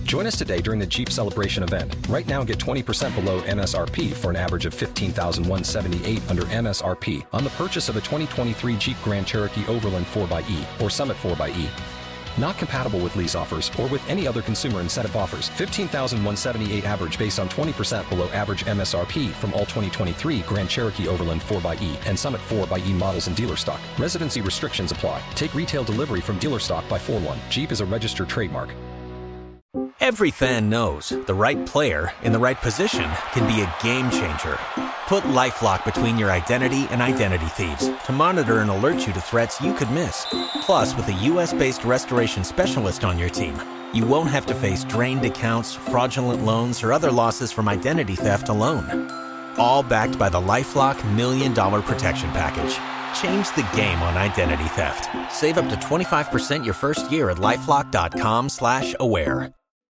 Join us today during the Jeep Celebration event. Right now, get 20% below MSRP for an average of $15,178 under MSRP on the purchase of a 2023 Jeep Grand Cherokee Overland 4xE or Summit 4xE. Not compatible with lease offers or with any other consumer incentive offers. $15,178 average based on 20% below average MSRP from all 2023 Grand Cherokee Overland 4xE and Summit 4xE models in dealer stock. Residency restrictions apply. Take retail delivery from dealer stock by 4/1. Jeep is a registered trademark. Every fan knows the right player in the right position can be a game changer. Put LifeLock between your identity and identity thieves to monitor and alert you to threats you could miss. Plus, with a U.S.-based restoration specialist on your team, you won't have to face drained accounts, fraudulent loans, or other losses from identity theft alone. All backed by the LifeLock $1 Million Protection Package. Change the game on identity theft. Save up to 25% your first year at LifeLock.com/aware.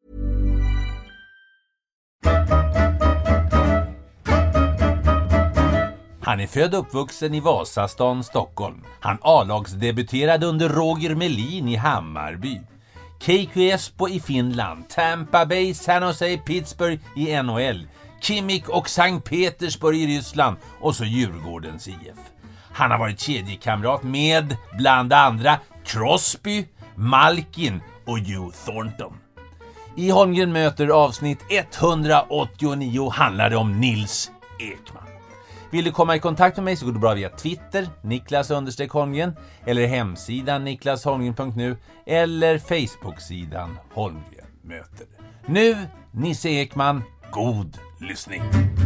Han är född och uppvuxen i Vasastan, Stockholm. Han A-lagsdebuterade under Roger Melin i Hammarby. KK Espoo i Finland, Tampa Bay, San Jose, Pittsburgh i NHL, Kimmich och Sankt Petersburg i Ryssland och så Djurgårdens IF. Han har varit kedjekamrat med bland andra Crosby, Malkin och Hugh Thornton. I Holmgren möter avsnitt 189 handlar det om Nils Ekman. Vill du komma i kontakt med mig så går det bra via Twitter, Niklas_Holmgren, eller hemsidan niklasholmgren.nu eller Facebook-sidan Holmgren möter. Nu, Nisse Ekman, god lyssning!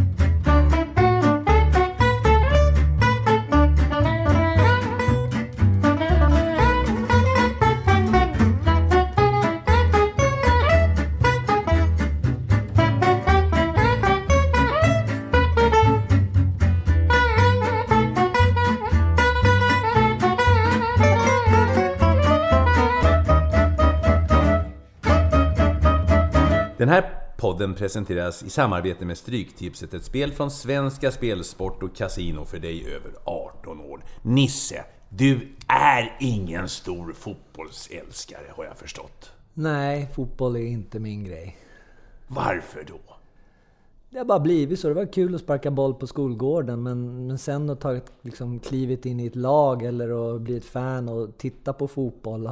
Den här podden presenteras i samarbete med Stryktipset, ett spel från Svenska Spelsport och Casino för dig över 18 år. Nisse, du är ingen stor fotbollsälskare har jag förstått. Nej, fotboll är inte min grej. Varför då? Det har bara blivit så. Det var kul att sparka boll på skolgården, men sen att ta liksom klivit in i ett lag eller att bli ett fan och titta på fotboll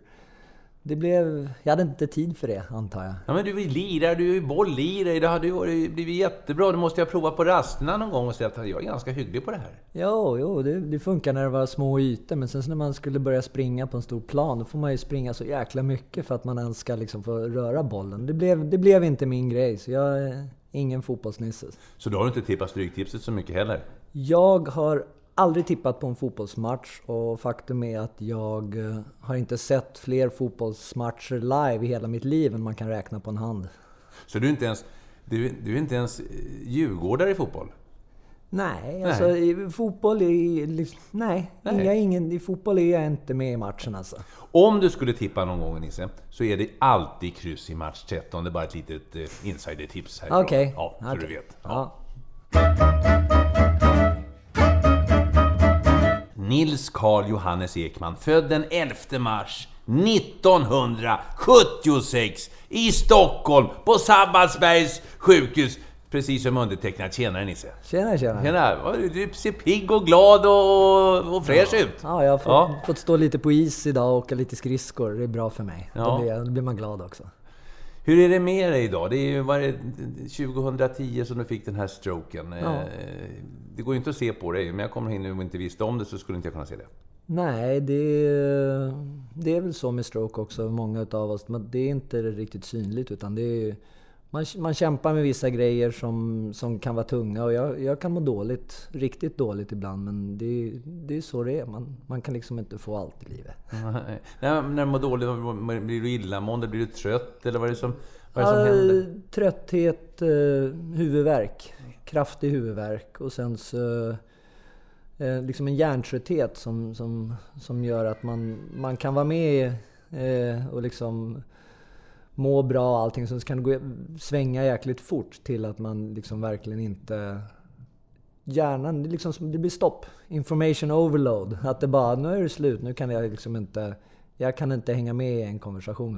jag hade inte tid för det, antar jag. Ja, men du är lirare, du är ju bolllirare. Det hade ju blivit jättebra. Du måste jag prova på rasterna någon gång och säga att jag är ganska hygglig på det här. Jo, det funkar när det var små ytor. Men sen när man skulle börja springa på en stor plan, då får man ju springa så jäkla mycket för att man ens ska liksom få röra bollen. Det blev inte min grej, så jag är ingen fotbollsnisse. Så då har du inte tippat Stryktipset så mycket heller? Jag har aldrig tippat på en fotbollsmatch, och faktum är att jag har inte sett fler fotbollsmatcher live i hela mitt liv än man kan räkna på en hand. Så du är inte ens djurgårdare i fotboll? Nej, alltså i fotboll är liksom, i fotboll är jag inte med i matchen alltså. Om du skulle tippa någon gång, Nisse, så är det alltid kryss i match 13. Det är bara ett litet insider-tips här. Okej. Ja, så du vet. Ja. Nils Carl Johannes Ekman, född den 11 mars 1976 i Stockholm på Sabbatsbergs sjukhus. Precis som undertecknat. Tjenare Nisse. Tjena. Du ser pigg och glad och fräsch ut. Ja, jag har fått stå lite på is idag och åka lite skridskor. Det är bra för mig. Då blir man glad också. Hur är det med dig idag? Det är ju 2010 som du fick den här stroken. Ja. Det går ju inte att se på dig, men jag kommer in nu och inte visste om det, så skulle inte jag kunna se det. Nej, det är väl så med stroke också, många av oss. Men det är inte riktigt synligt, utan det är, man kämpar med vissa grejer som kan vara tunga. Och jag kan må dåligt, riktigt dåligt ibland, men det är så det är. Man kan liksom inte få allt i livet. När du mår dåligt, blir du illamående, blir du trött? Eller vad är det som händer? Trötthet, huvudvärk, kraftig huvudvärk, och sen så liksom en hjärntrötthet som gör att man kan vara med och liksom må bra och allting, så kan det gå svänga jäkligt fort till att man liksom verkligen inte, hjärnan det blir stopp, information overload, att det bara, nu är det slut, nu kan jag liksom inte hänga med i en konversation längre.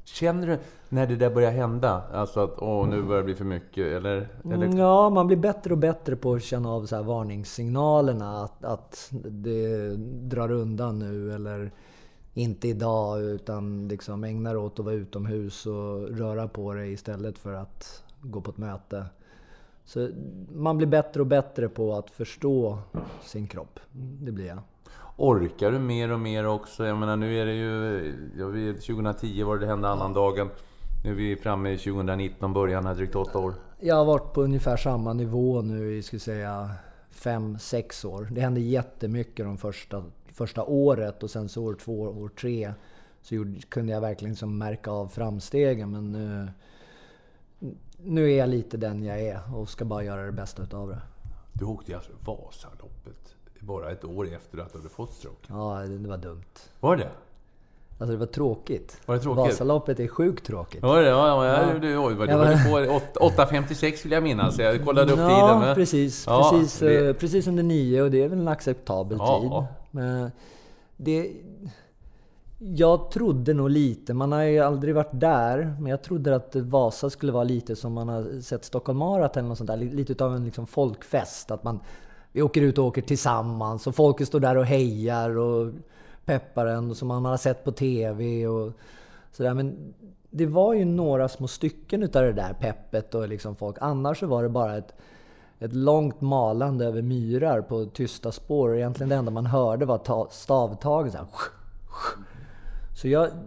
Känner du när det där börjar hända? Alltså att nu börjar det bli för mycket? Eller? Ja, man blir bättre och bättre på att känna av så här varningssignalerna. Att det drar undan nu. Eller inte idag, utan liksom ägnar åt att vara utomhus och röra på dig istället för att gå på ett möte. Så man blir bättre och bättre på att förstå sin kropp. Det blir jag. Orkar du mer och mer också? Jag menar, nu är det ju... 2010 var det hände annan dagen. Nu är vi framme i 2019, början här, drygt 8 år. Jag har varit på ungefär samma nivå nu i, skulle säga, 5-6 år. Det hände jättemycket de första året, och sen så år 2, år 3 så kunde jag verkligen liksom märka av framstegen. Men nu är jag lite den jag är och ska bara göra det bästa utav det. Du åkte alltså Vasaloppet bara ett år efter att du hade fått stroke. Ja, det var dumt. Var det? Alltså det var tråkigt. Var det tråkigt? Vasaloppet är sjukt tråkigt. Var det? Ja. Du var på 8.56 vill jag minnas. Jag kollade upp tiden. Men... Precis under 9, och det är väl en acceptabel tid. Men jag trodde nog lite, man har ju aldrig varit där, men jag trodde att Vasa skulle vara lite som man har sett Stockholm Marathon eller något sånt där. Lite av en liksom folkfest. Att vi åker ut och åker tillsammans, och folket står där och hejar och peppar en, som man har sett på tv och sådär. Men det var ju några små stycken utav det där peppet och liksom folk. Annars så var det bara ett långt malande över myrar på tysta spår, och egentligen det enda man hörde var stavtaget så här. Så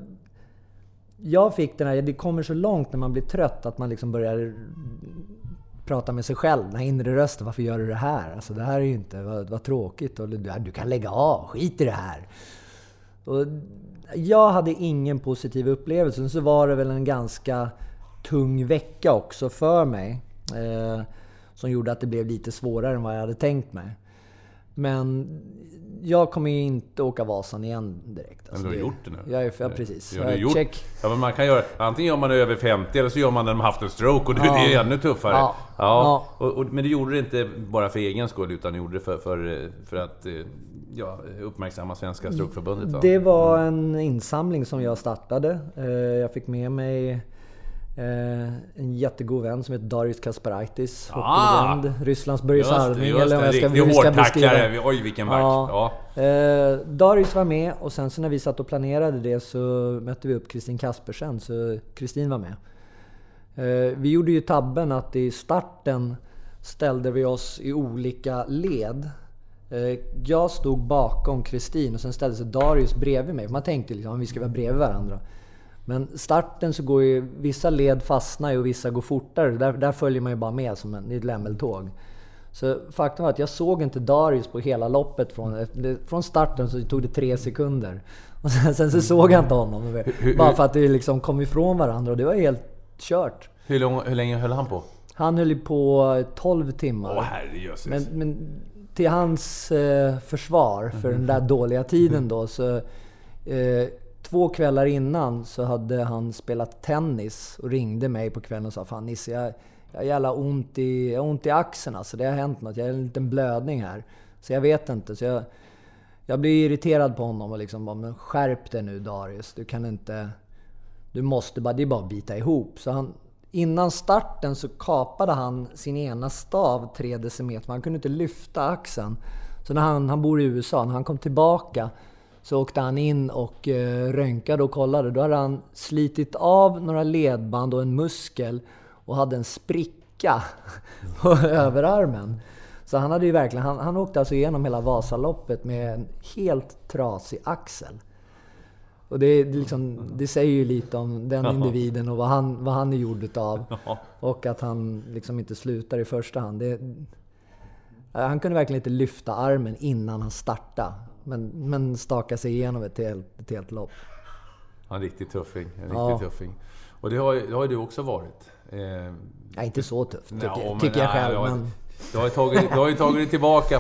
jag fick den här, det kommer så långt när man blir trött att man liksom börjar prata med sig själv, den här inre rösten, varför gör du det här? Alltså det här är ju inte, vad tråkigt, och du kan lägga av, skit i det här. Och jag hade ingen positiv upplevelse, så var det väl en ganska tung vecka också för mig, som gjorde att det blev lite svårare än vad jag hade tänkt mig. Men jag kommer ju inte åka Vasan igen direkt. Alltså, men du har gjort det nu? Ja, precis. Ja, men man kan göra, antingen gör man det över 50 eller så gör man när de haft en stroke, och det är ännu tuffare. Ja. Men du gjorde det inte bara för egen skull, utan du gjorde det för att uppmärksamma Svenska Strokeförbundet. Va? Det var en insamling som jag startade. Jag fick med mig en jättegod vän som heter Darius Kasparaitis, Rysslands Börje Salming, eller vad jag ska beskriva. Oj, vilken back. Darius var med, och sen så när vi satt och planerade det så mötte vi upp Kristin Kaspersen, så Kristin var med. Vi gjorde ju tabben att i starten ställde vi oss i olika led. Jag stod bakom Kristin, och sen ställde sig Darius bredvid mig. Man tänkte liksom att vi ska vara bredvid varandra. Men starten så går ju vissa led fastnar och vissa går fortare. Där följer man ju bara med som ett lämmeltåg. Så faktum var att jag såg inte Darius på hela loppet. Från starten så tog det 3 sekunder. Och sen så såg jag inte honom. Bara för att vi liksom kom ifrån varandra, och det var helt kört. Hur länge höll han på? Han höll på 12 timmar. Herrejösses. Men till hans försvar för den där dåliga tiden då, så 2 kvällar innan så hade han spelat tennis och ringde mig på kvällen och sa: fan Nisse, jag har jävla ont i axeln, alltså det har hänt något, jag har en liten blödning här, så jag vet inte. Så jag blir irriterad på honom och liksom bara, men skärp dig nu Darius, du måste bara, det är bara att bita ihop. Så innan starten så kapade han sin ena stav 3 decimeter, han kunde inte lyfta axeln. Så när han bor i USA, när han kom tillbaka så åkte han in och röntgade och kollade. Då hade han slitit av några ledband och en muskel och hade en spricka på överarmen. Så han hade ju verkligen, han åkte alltså igenom hela Vasaloppet med en helt trasig axel. Och det säger ju lite om den individen och vad han är gjord utav. Och att han liksom inte slutar i första hand. Han kunde verkligen inte lyfta armen innan han startade. Men staka sig igenom ett helt lopp. En riktig tuffing. Tuffing. Och det har du också varit. Inte så tufft, tycker jag själv. Men... Du har ju tagit dig tillbaka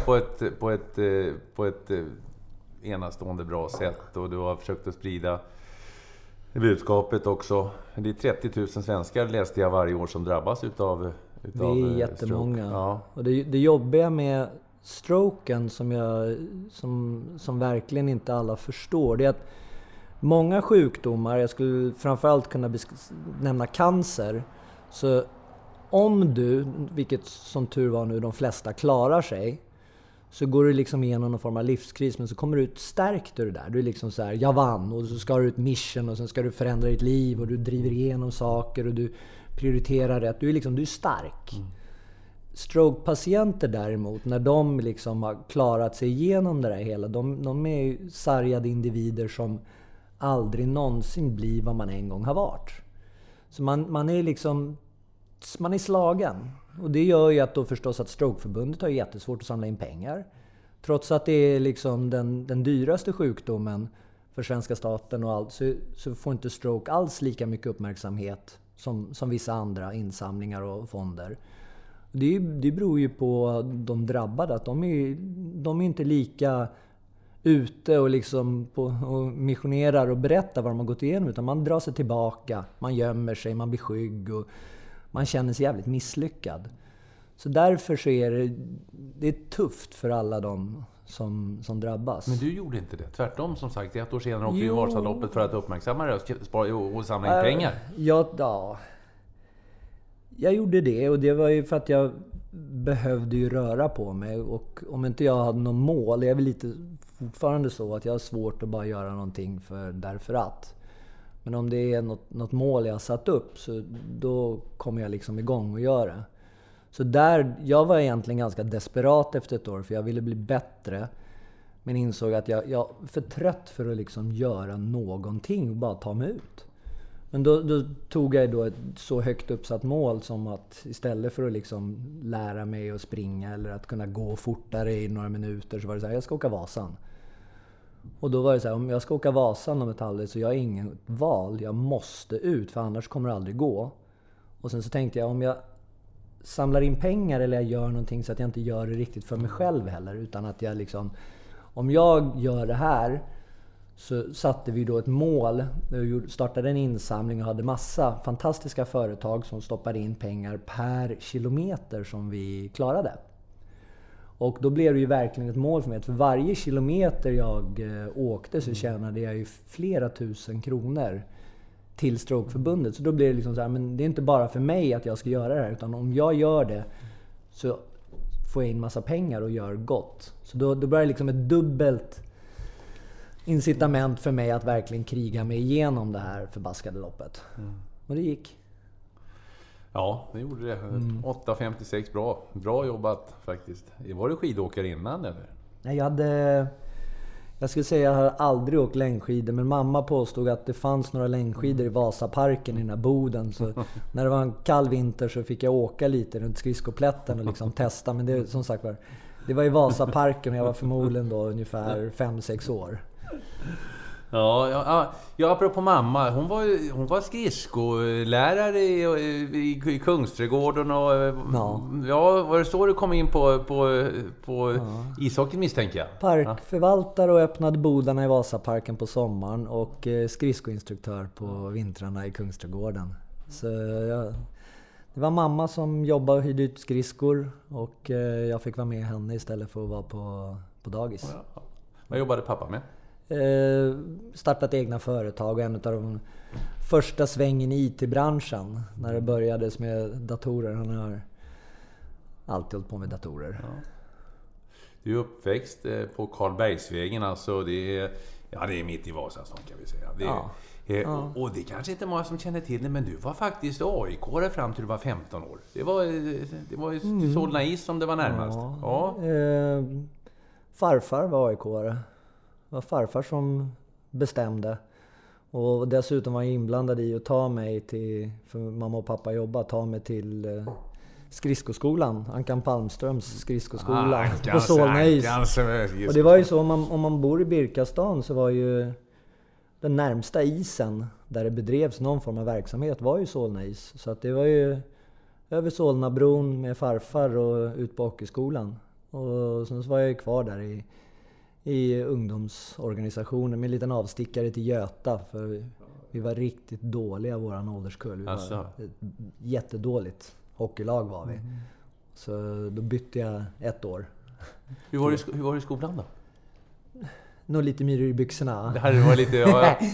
på ett enastående bra sätt. Och du har försökt att sprida budskapet också. Det är 30 000 svenskar, läste jag, varje år som drabbas utav det är jättemånga. Ja. Och det jobbiga med stroken som verkligen inte alla förstår, det är att Många sjukdomar, jag skulle framförallt kunna nämna cancer. Så om du, vilket som tur var nu de flesta klarar sig, så går du liksom igenom någon form av livskris, men så kommer du ut stärkt ur det där. Du är liksom så här, jag vann, och så ska du ut mission, och sen ska du förändra ditt liv, och du driver igenom saker, och du prioriterar rätt. Du är stark. Stroke-patienter däremot, när de liksom har klarat sig igenom det där hela, de är ju sargade individer som aldrig någonsin blir vad man en gång har varit. Så man är liksom, man är slagen. Och det gör ju att då förstås att Strokeförbundet har jättesvårt att samla in pengar. Trots att det är liksom den dyraste sjukdomen för svenska staten och allt, så får inte stroke alls lika mycket uppmärksamhet som vissa andra insamlingar och fonder. Det beror ju på de drabbade, att de är inte lika ute och liksom och missionerar och berättar vad de har gått igenom, utan man drar sig tillbaka, man gömmer sig, man blir skygg och man känner sig jävligt misslyckad. Så därför så är det är tufft för alla de som drabbas. Men du gjorde inte det. Tvärtom, som sagt, 1 år senare åkte vi Vasaloppet för att uppmärksamma det och samla in pengar. Ja, jag gjorde det, och det var ju för att jag behövde ju röra på mig, och om inte jag hade något mål, jag är väl lite fortfarande så att jag har svårt att bara göra någonting därför att. Men om det är något mål jag har satt upp, så då kommer jag liksom igång och göra. Så jag var egentligen ganska desperat efter ett år, för jag ville bli bättre. Men insåg att jag är för trött för att liksom göra någonting och bara ta mig ut. Men då tog jag då ett så högt uppsatt mål som att istället för att liksom lära mig att springa eller att kunna gå fortare i några minuter, så var det så här, jag ska åka Vasan. Och då var det så här, om jag ska åka Vasan om ett halvår, så jag har ingen val. Jag måste ut, för annars kommer det aldrig gå. Och sen så tänkte jag, om jag samlar in pengar eller jag gör någonting så att jag inte gör det riktigt för mig själv heller, utan att jag liksom, om jag gör det här, så satte vi då ett mål. Vi startade en insamling och hade massa fantastiska företag som stoppade in pengar per kilometer som vi klarade. Och då blev det ju verkligen ett mål för mig. För varje kilometer jag åkte så tjänade jag ju flera tusen kronor till Strokeförbundet. Så då blev det liksom så här, men det är inte bara för mig att jag ska göra det här, utan om jag gör det så får jag in massa pengar och gör gott. Så då blir det liksom ett dubbelt incitament för mig att verkligen kriga mig igenom det här förbaskade loppet. Och det gick. Ja, det gjorde det. 8.56, bra jobbat faktiskt. Var du skidåkare innan eller? Nej, jag skulle säga att jag har aldrig åkt längdskidor, men mamma påstod att det fanns några längdskidor i Vasaparken i den här boden. Så när det var en kall vinter så fick jag åka lite runt skridskoplätten och liksom testa. Men det, som sagt var, det var i Vasaparken och jag var förmodligen då ungefär 5-6 år. Ja, apropå mamma, hon var skridskolärare i Kungsträdgården och var det så du kom in på ishockey, misstänker jag? Parkförvaltare och öppnade bodarna i Vasaparken på sommaren och skridskoinstruktör på vintrarna i Kungsträdgården. Så det var mamma som jobbade och hyrde ut skridskor, och jag fick vara med henne istället för att vara på dagis. Ja. Vad jobbade pappa med? Startat egna företag, och en av de första svängen i IT-branschen när det börjades med datorer. Han har alltid hållit på med datorer. Ja. Du är uppväxt på Karlbergsvägen, alltså det är mitt i Vasastan kan vi säga. Och det kanske inte många som känner till det, men du var faktiskt AIK fram till du var 15 år. Det var ju Solna Is som det var närmast. Ja. Farfar var AIK-are. Det var farfar som bestämde, och dessutom var jag inblandad i att ta mig till, för mamma och pappa jobbade, ta mig till skridskoskolan, Ankan Palmströms skridskoskola på Solna Is. Och det var ju så, om man bor i Birkastan, så var ju den närmsta isen där det bedrevs någon form av verksamhet var ju Solna Is. Så att det var ju över Solnabron med farfar och ut på hockeyskolan. Och sen så var jag ju kvar där i ungdomsorganisationen med en liten avstickare till Göta, för vi var riktigt dåliga, våran ålderskull. Vi var ett jättedåligt hockeylag var vi. Så då bytte jag 1 år. Hur var det i skolan då? nog lite myror i byxorna. Det hade varit lite...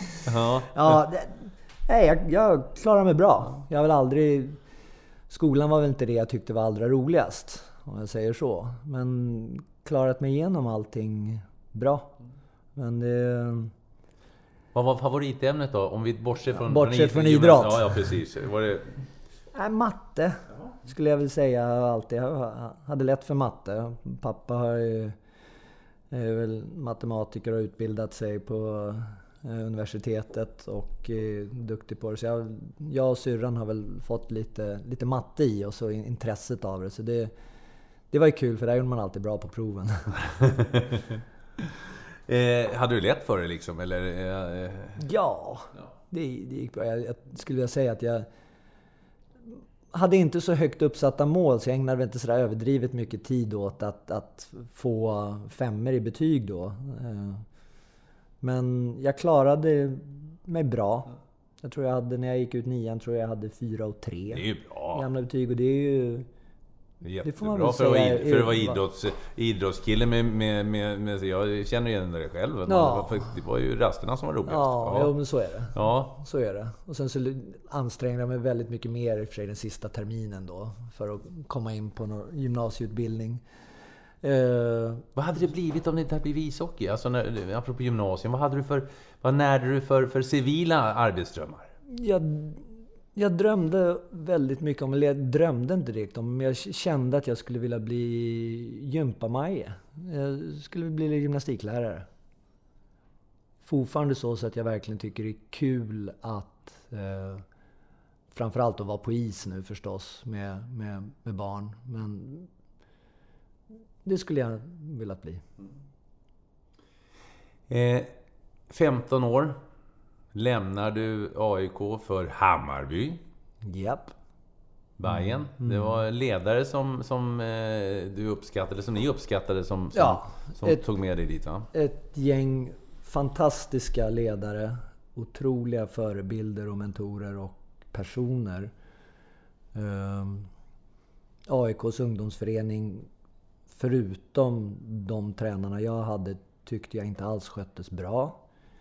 Nej, jag klarar mig bra. Jag har väl aldrig... Skolan var väl inte det jag tyckte var allra roligast, om jag säger så. Men klarat mig igenom allting bra. Men det... Vad var favoritämnet då? Om vi bortser från... Bortsett från idrott. Ja, precis. Var det... Matte skulle jag väl säga alltid. Jag hade lätt för matte. Pappa är väl matematiker och utbildat sig på universitetet och är duktig på det. Så jag och syrran har väl fått lite matte i och så intresset av det. Så det var ju kul, för där gjorde man alltid bra på proven. Hade du lätt för det liksom? Eller, Ja, det gick bra. Jag skulle vilja säga att jag hade inte så högt uppsatta mål, så jag ägnade inte så där överdrivet mycket tid åt att få 5 i betyg då. Men jag klarade mig bra. Jag tror jag hade, när jag gick ut 9, tror jag hade 4 och 3. Det är ju bra. Gamla betyg, och det är ju... Det får man bra för att vara idrottskille med jag känner igen det själv. Ja. Det var ju rasterna som var roligast. Ja, men så är det. Ja. Så är det. Och sen så ansträngde jag mig väldigt mycket mer i och för sig den sista terminen då, för att komma in på någon gymnasieutbildning. Vad hade det blivit om det inte hade blivit ishockey? Alltså apropå gymnasium, vad närde du för civila arbetsdrömmar? Jag drömde väldigt mycket om, eller jag drömde inte direkt om, men jag kände att jag skulle vilja bli gympamaje. Jag skulle bli gymnastiklärare. Fortfarande så att jag verkligen tycker det är kul att framförallt att vara på is nu förstås med barn. Men det skulle jag vilja bli. 15 år lämnar du AIK för Hammarby. Japp. Bayern. Det var ledare som du uppskattade, som ni uppskattade, som tog med dig dit, va? Ett gäng fantastiska ledare, otroliga förebilder och mentorer och personer. AIKs ungdomsförening, förutom de tränarna jag hade, tyckte jag inte alls sköttes bra.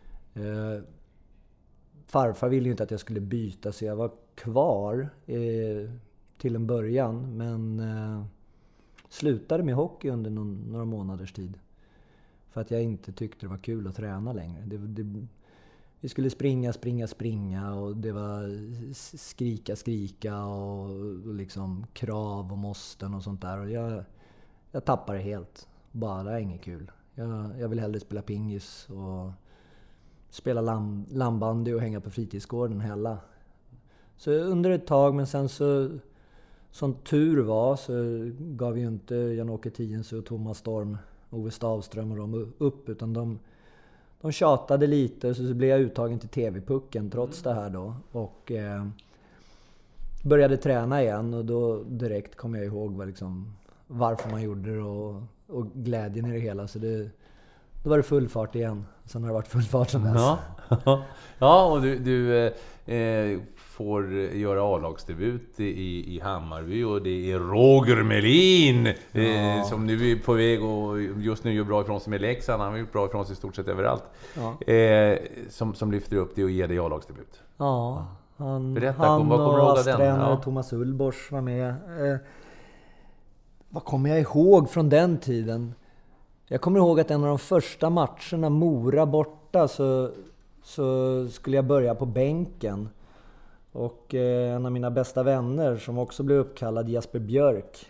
Farfar ville ju inte att jag skulle byta, så jag var kvar till en början, men slutade med hockey under några månaders tid. För att jag inte tyckte det var kul att träna längre. Vi skulle springa och det var skrika och liksom krav och måsten och sånt där. Och jag tappade det helt. Bara, det är inget kul. Jag vill hellre spela pingis och spela landbandy och hänga på fritidsgården hela. Så under ett tag, men sen så, som tur var, så gav ju inte Jan-Åke Tiensö och Thomas Storm, Ove Stavström och de upp, utan de tjatade lite, så blev jag uttagen till TV-pucken trots det här då. Och började träna igen, och då direkt kom jag ihåg varför man gjorde det och glädjen i det hela. Så då var det full fart igen. Sen har det varit full fart som dess. Ja, och du får göra A-lagsdebut i Hammarby, och det är Roger Melin som nu är på väg och just nu gör bra ifrån sig med Leksand. Han har gjort bra ifrån sig i stort sett överallt. Som lyfter upp det och ger dig A-lagsdebut. Ja, Berätta, han vad kommer och du ihåg av ASS-tränare den? Thomas Ullborsch var med. Vad kommer jag ihåg från den tiden? Jag kommer ihåg att en av de första matcherna, Mora borta, så skulle jag börja på bänken. Och en av mina bästa vänner som också blev uppkallad, Jesper Björk,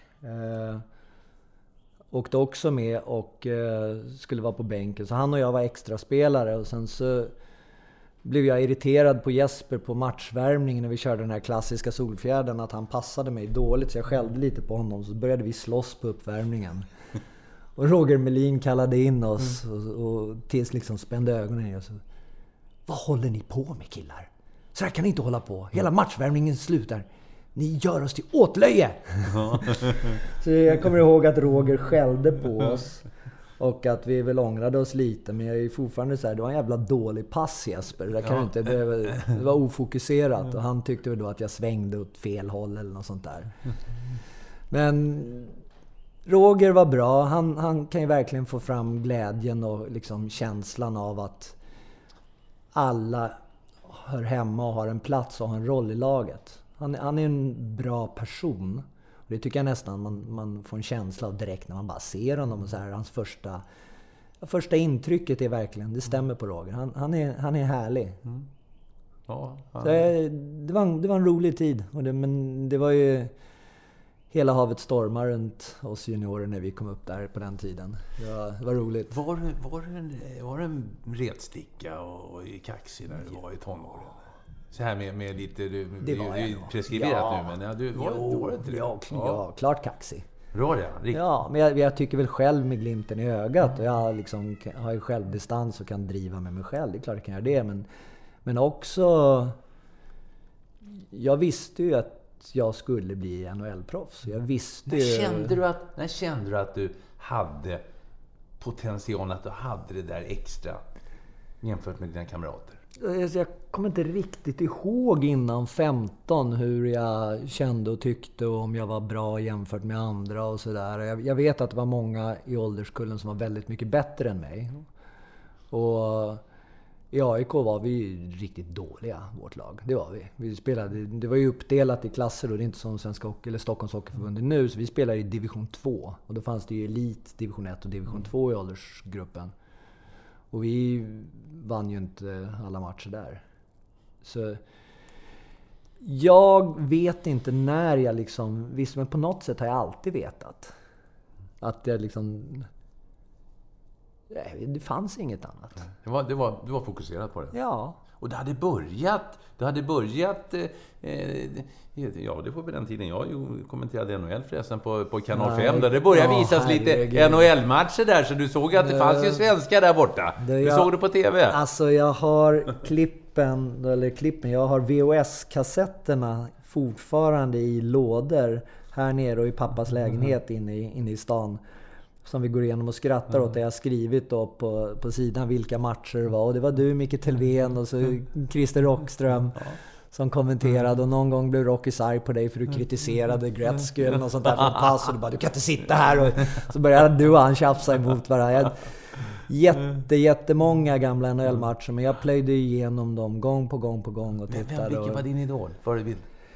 åkte också med och skulle vara på bänken. Så han och jag var extra spelare, och sen så blev jag irriterad på Jesper på matchvärmningen när vi körde den här klassiska Solfjärden, att han passade mig dåligt, så jag skällde lite på honom. Så började vi slåss på uppvärmningen. Och Roger Melin kallade in oss och tills liksom spände ögonen i oss. Vad håller ni på med, killar? Så här kan ni inte hålla på. Hela matchvärmningen slutar. Ni gör oss till åtlöje! Så jag kommer ihåg att Roger skällde på oss. Och att vi väl ångrade oss lite. Men jag är fortfarande så här, det var en jävla dålig pass, Jesper. Det var ofokuserat. Och han tyckte väl då att jag svängde åt fel håll eller något sånt där. Men Roger var bra. Han kan ju verkligen få fram glädjen och liksom känslan av att alla hör hemma och har en plats och har en roll i laget. Han är en bra person. Och det tycker jag nästan man får en känsla av direkt när man bara ser honom. Och så här, hans första intrycket är verkligen, det stämmer på Roger. Han är härlig. Mm. Ja, så det var en rolig tid. Men det var ju hela havet stormar runt oss juniorer när vi kom upp där på den tiden. Det var roligt. Var det en retsticka och kaxig när du var i tonåren? Så här med lite... Det var ju preskriberat nu, men du var inte det? Ja, klart kaxig. Var det? Riktigt. Ja, men jag tycker väl själv med glimten i ögat. Och jag liksom har ju självdistans och kan driva med mig själv. Det är klart jag kan göra det. Men också... Jag visste ju att jag skulle bli NHL-proffs. Jag visste när kände du att du hade potentialen, att du hade det där extra jämfört med dina kamrater? Jag kommer inte riktigt ihåg innan 15 hur jag kände och tyckte och om jag var bra jämfört med andra och sådär. Jag vet att det var många i ålderskullen som var väldigt mycket bättre än mig. Och i AIK var vi riktigt dåliga, vårt lag. Det var vi. Vi spelade, det var ju uppdelat i klasser och det är inte som Svenska Hockey eller Stockholms Hockeyförbund nu. Så vi spelade i division 2. Och då fanns det ju elit, division 1 och division 2 i åldersgruppen. Och vi vann ju inte alla matcher där. Så jag vet inte när jag liksom visst, men på något sätt har jag alltid vetat att jag liksom... Det fanns inget annat. Du var fokuserad på det? Ja. Och det hade börjat ja, det var på den tiden jag kommenterade NHL förresten på Kanal 5 där det började visas lite NHL-matcher där, så du såg att det fanns ju svenskar där borta. Du såg det på TV. Alltså jag har klippen, jag har VHS-kassetterna fortfarande i lådor här nere och i pappas lägenhet inne i stan. Som vi går igenom och skrattar åt. Jag har skrivit då på sidan vilka matcher det var. Och det var du, Micke Telvén och så Christer Rockström som kommenterade. Och någon gång blev Rockis arg på dig för du kritiserade Gretzky eller något sånt där från pass. Och du bara, du kan inte sitta här. Och så började du och han tjafsa emot varandra. Jättemånga gamla NHL-matcher. Men jag plöjde igenom dem gång på gång och tittade. Vilken var din idol? Förebild?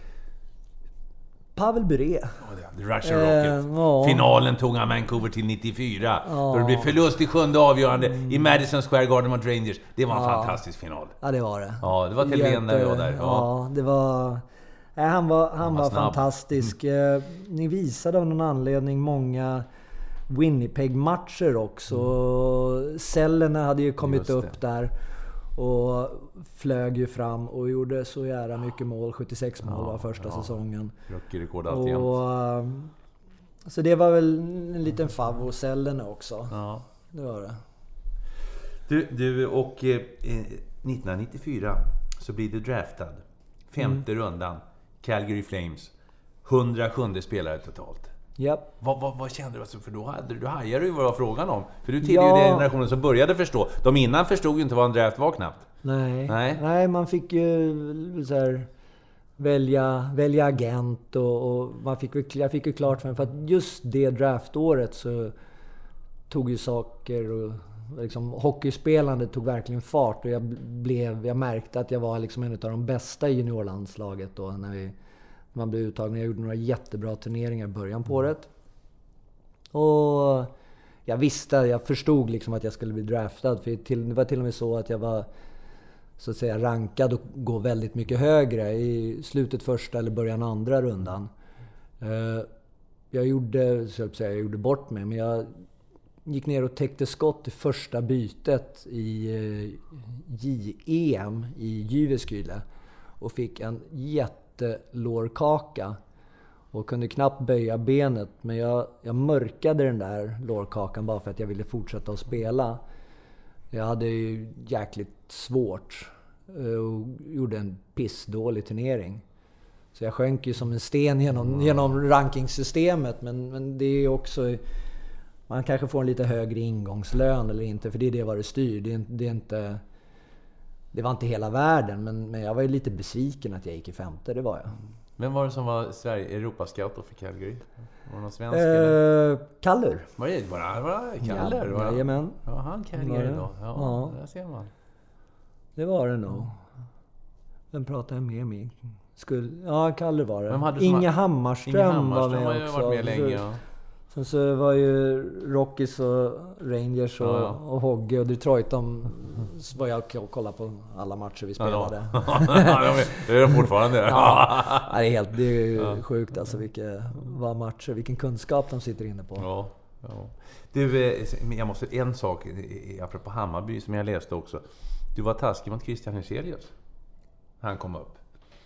Pavel Bure. The Russian Rocket. Finalen tog han Vancouver till 94. Då det blev förlust i sjunde avgörande i Madison Square Garden mot Rangers. Det var en fantastisk final. Ja, det var det. Ja, det var Telvén där och där. Ja, det var... Han var fantastisk. Ni visade av någon anledning många Winnipeg-matcher också. Cellerna hade ju kommit upp där. Och flög ju fram och gjorde så jävla mycket mål. 76 mål var första säsongen. Rookie-rekord alltjämt. Så det var väl en liten favvo Cellerna också. Ja. Det var det. Du och 1994 så blir du draftad. 5:e rundan. Calgary Flames. 107 spelare totalt. Yep. Vad kände du? För då hajade du vad det var frågan om. För du tillhör ju den generationen som började förstå. De innan förstod ju inte vad en draft var knappt. Nej, man fick ju så här, välja agent och jag fick ju klart för mig. För att just det draftåret så tog ju saker och liksom, hockeyspelandet tog verkligen fart. Och jag märkte att jag var liksom en av de bästa i juniorlandslaget då när man blev uttagen. Jag gjorde några jättebra turneringar i början på året. Och jag förstod liksom att jag skulle bli draftad. För det var till och med så att jag var så att säga rankad och gå väldigt mycket högre i slutet första eller början andra rundan. Jag gjorde bort mig, men jag gick ner och täckte skott i första bytet i JEM i Jyväskylä och fick en lårkaka och kunde knappt böja benet, men jag mörkade den där lårkakan bara för att jag ville fortsätta att spela. Jag hade ju jäkligt svårt och gjorde en pissdålig turnering. Så jag sjönk ju som en sten genom rankingsystemet, men det är också, man kanske får en lite högre ingångslön eller inte, för det är vad det styr. Det var inte hela världen, men jag var ju lite besviken att jag gick i 5:e, det var jag. Vem var det som var Sverige Europascout för Calgary? Var det någon svensk? Kallur. Var det Kallur? Ja, jajamän. Ja, han Calgary då. Ja, där ser man. Det var det nog. Vem pratade jag med mig? Kallur var det. Inge Hammarström var med har ju också. varit med länge, ja. Sen så var ju Rockies och Rangers och Hogge och Detroit. De var jag och kollade på alla matcher vi spelade. Det är de fortfarande. Det är sjukt alltså vad matcher, vilken kunskap de sitter inne på. Ja. Du, jag måste en sak apropå Hammarby som jag läste också. Du var taskig mot Christian Huselius. Han kom upp.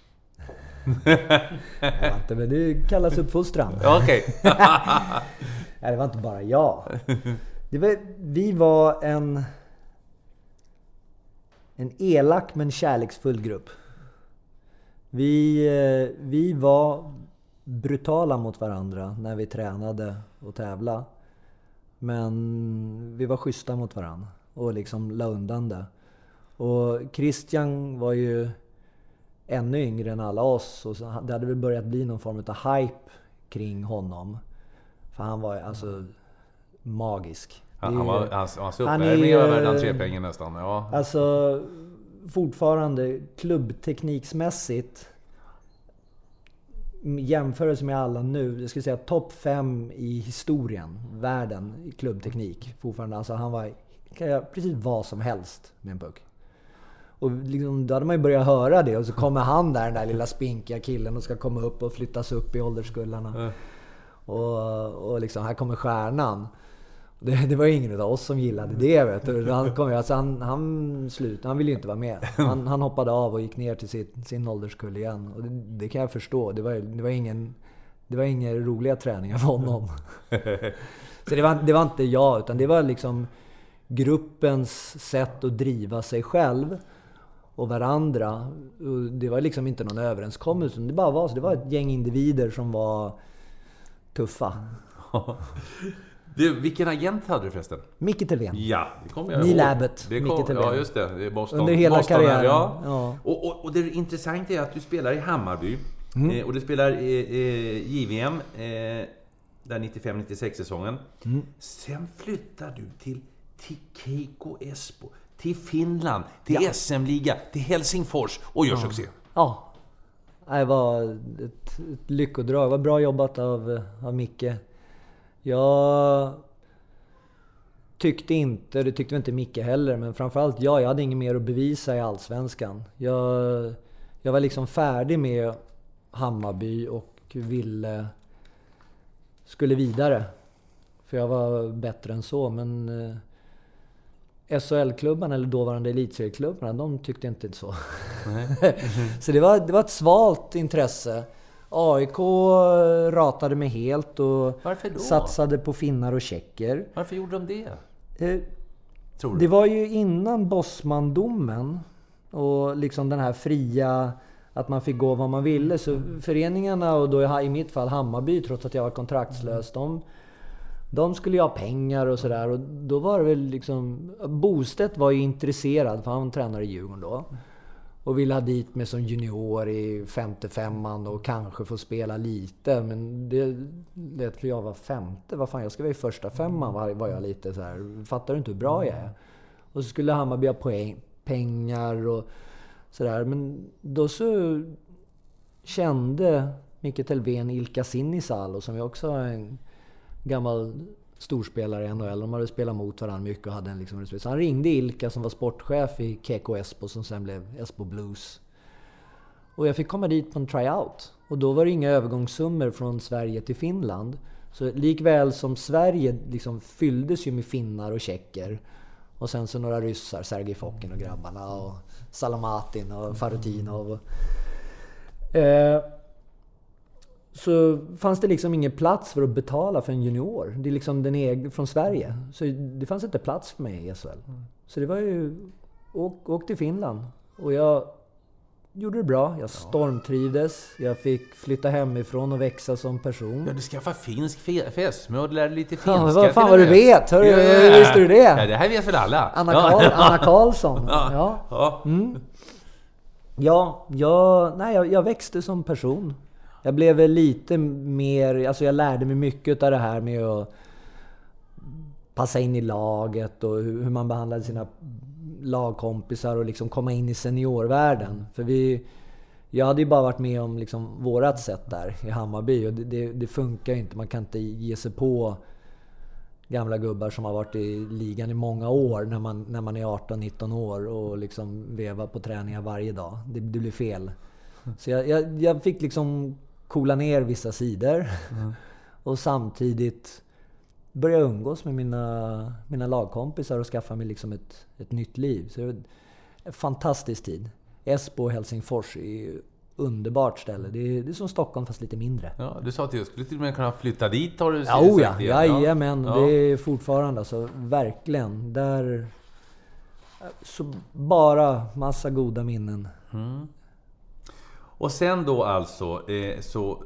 Men det kallas uppfostran. Okej. Nej, det var inte bara jag. Vi var en elak men kärleksfull grupp. Vi var brutala mot varandra när vi tränade och tävlade. Men vi var schyssta mot varandra och liksom la undan det. Och Christian var ju ännu yngre än alla oss. Och det hade väl börjat bli någon form av hype kring honom. För han var alltså magisk. Hans uppvärmning var värd entrépengen nästan. Ja. Alltså fortfarande klubbtekniksmässigt jämförelse med alla nu. Jag skulle säga topp 5 i historien. Världen i klubbteknik. Fortfarande. Alltså han kan göra precis vad som helst med en puck. Och liksom, då hade man ju börjat höra det. Och så kommer han där, den där lilla spinkiga killen och ska komma upp och flyttas upp i ålderskullarna. Och liksom, här kommer stjärnan. Det var ju ingen av oss som gillade det, vet du. Han slutade, han ville ju inte vara med. Han hoppade av och gick ner till sin ålderskull igen. Och det kan jag förstå. Det var ingen roliga träningar för honom. Så det var inte jag, utan det var liksom gruppens sätt att driva sig själv och varandra. Det var liksom inte någon överenskommelse. Det bara var så. Det var ett gäng individer som var tuffa. Du, vilken agent hade du förresten? Micke Telvén. Ja, det kommer jag Neil ihåg. Abbott, Micke Telvén. Ja, just det. Det är Boston. Under hela Boston, karriären. Ja. Och det intressanta är att du spelar i Hammarby. Och du spelar JVM där 95-96 säsongen. Sen flyttar du till Keiko Espo, till Finland, till SM-liga, till Helsingfors och gör succé. Ja. Det var ett lyckodrag. Det var bra jobbat av Micke. Jag tyckte inte, det tyckte inte Micke heller, men framförallt jag hade inget mer att bevisa i Allsvenskan. Jag var liksom färdig med Hammarby och skulle vidare. För jag var bättre än så, men SHL-klubbarna eller dåvarande elitserieklubbarna, de tyckte inte så. Så det var ett svalt intresse. AIK ratade mig helt och satsade på finnar och tjecker. Varför gjorde de det? Tror du? Det var ju innan Bosman-domen och liksom den här fria att man fick gå vad man ville. Så föreningarna, och då i mitt fall Hammarby, trots att jag var kontraktslös, de skulle ju ha pengar och sådär. Och då var det väl liksom... Bostedt var ju intresserad, för han tränade i Djurgården då. Och ville ha dit med som junior i 55an och kanske få spela lite. Men det lät för jag var 50. Vad fan, jag ska vara i första 5an var jag lite så här. Fattar du inte hur bra jag är? Och så skulle Hammarby ha pengar och sådär. Men då så kände Micke Telvén Ilka Sinisalo, som ju också är en gammal storspelare i NHL. De hade spelat mot varandra mycket och hade en liksom respekt. Så han ringde Ilka som var sportchef i Keiko Espo, som sen blev Espo Blues. Och jag fick komma dit på en tryout. Och då var det inga övergångssummor från Sverige till Finland. Så likväl som Sverige liksom fylldes ju med finnar och tjecker. Och sen så några ryssar, Sergej Fokin och grabbarna och Salamatin och Farutinov. Så fanns det liksom ingen plats för att betala för en junior. Det är liksom den egen från Sverige. Så det fanns inte plats för mig i SHL. Så det var ju... Åk till Finland. Och jag gjorde det bra. Jag stormtrivdes. Jag fick flytta hemifrån och växa som person. Ja, du skaffade finsk fästmö och lärde lite finska. Ja, vad fan vad du vet. Visste du det? Ja, det här vet väl alla. Anna Karlsson. Ja. Jag växte som person. Jag blev väl lite mer, alltså jag lärde mig mycket av det här med att passa in i laget och hur man behandlade sina lagkompisar och liksom komma in i seniorvärlden. För jag hade ju bara varit med om liksom vårat sätt där i Hammarby och det funkar ju inte. Man kan inte ge sig på gamla gubbar som har varit i ligan i många år när man är 18-19 år och liksom vevar på träningar varje dag. Det blir fel. Så jag fick liksom coola ner vissa sidor och samtidigt börja umgås med mina lagkompisar och skaffa mig liksom ett nytt liv. Så det var en fantastisk tid. Esbo och Helsingfors är underbart ställe. Det är som Stockholm fast lite mindre. Ja, du sa att jag skulle till och med kunna flytta dit, har du sagt. Jajamän, det är fortfarande alltså, verkligen. Där så bara massa goda minnen. Och sen då alltså, så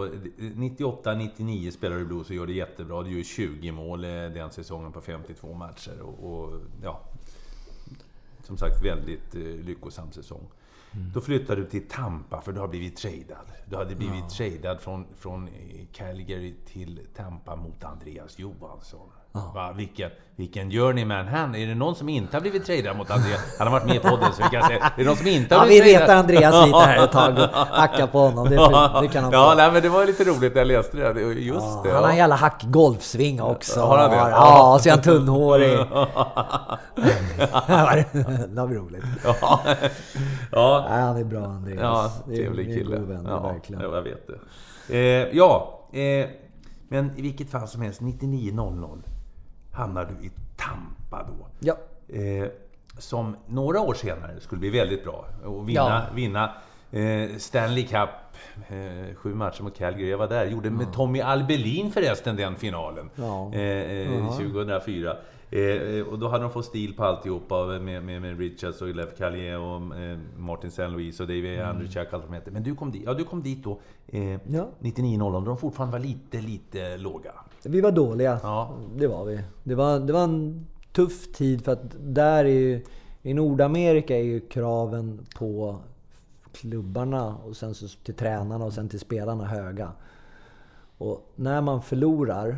98-99 spelar du Blues och gör det jättebra. Du gör 20 mål den säsongen på 52 matcher. Och ja, som sagt, väldigt lyckosam säsong. Då flyttade du till Tampa för du har blivit tradad. Du hade blivit tradad från Calgary till Tampa mot Andreas Johansson. Va, vilken journeyman han. Är det någon som inte har blivit tradad mot Andreas? Han har varit med på podden så vi kan säga. Är det någon som inte har blivit tradad? Vi retar Andreas lite här ett tag och hackar på honom. Det kan han ja, nej, men det var lite roligt när jag läste det. Just det. Han har en jävla hack-golfsving också. Har han det? Ja, så är han tunnhårig. Det var roligt. Ja. Nej, han är bra, Andreas. Ja, trevlig kille. Vän, verkligen. Jag vet det. Men i vilket fall som helst, 99-00 hamnar du i Tampa då. Ja. Som några år senare skulle bli väldigt bra. Och vinna Stanley Cup. 7 matcher mot Calgary. Jag var där. Gjorde med Tommy Albelin förresten den finalen. 2004. Och då hade de fått stil på alltihopa med Richards och Lev Callier och Martin St. Louis och David Andrzejczak, allt de heter. Men du kom dit då 99-00. De fortfarande var lite låga. Vi var dåliga. Ja. Det var vi. Det var en tuff tid för att där i Nordamerika är ju kraven på klubbarna och sen så till tränarna och sen till spelarna höga. Och när man förlorar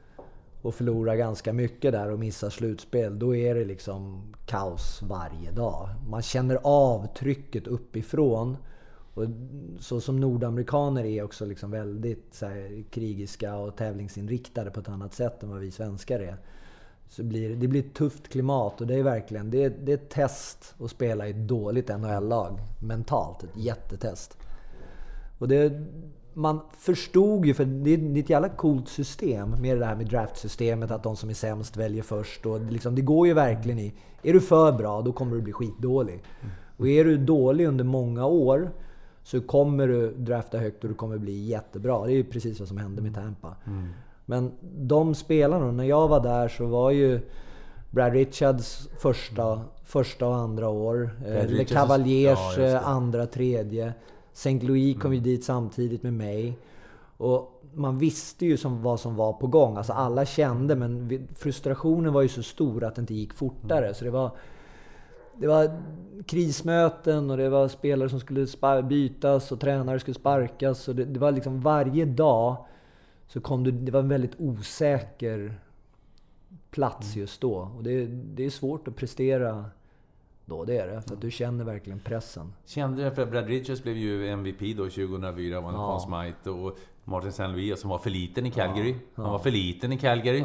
ganska mycket där och missar slutspel, då är det liksom kaos varje dag. Man känner av trycket uppifrån. Och så som nordamerikaner är också liksom väldigt så här, krigiska och tävlingsinriktade på ett annat sätt än vad vi svenskar är. Så det blir ett tufft klimat och det är verkligen det är ett test att spela i ett dåligt NHL-lag mentalt, ett jättetest. Och man förstod ju, för det är ett jävla coolt system med det här med draftsystemet, att de som är sämst väljer först och liksom, det går ju verkligen i, är du för bra då kommer du bli skitdålig. Och är du dålig under många år så kommer du drafta högt och du kommer bli jättebra. Det är ju precis vad som hände med Tampa. Men de spelarna, när jag var där så var ju Brad Richards första och andra år. Le Cavaliers andra, tredje. St. Louis kom ju dit samtidigt med mig. Och man visste ju vad som var på gång. Alltså alla kände, men frustrationen var ju så stor att det inte gick fortare. Så det var krismöten och det var spelare som skulle bytas och tränare skulle sparkas. Och det var liksom varje dag så det var en väldigt osäker plats just då. Och det är svårt att prestera då, det är det. För att du känner verkligen pressen. Kände du, för Brad Richards blev ju MVP då 2004, var en Conn Smythe, och Martin St. Louis som var för liten i Calgary. Han var för liten i Calgary.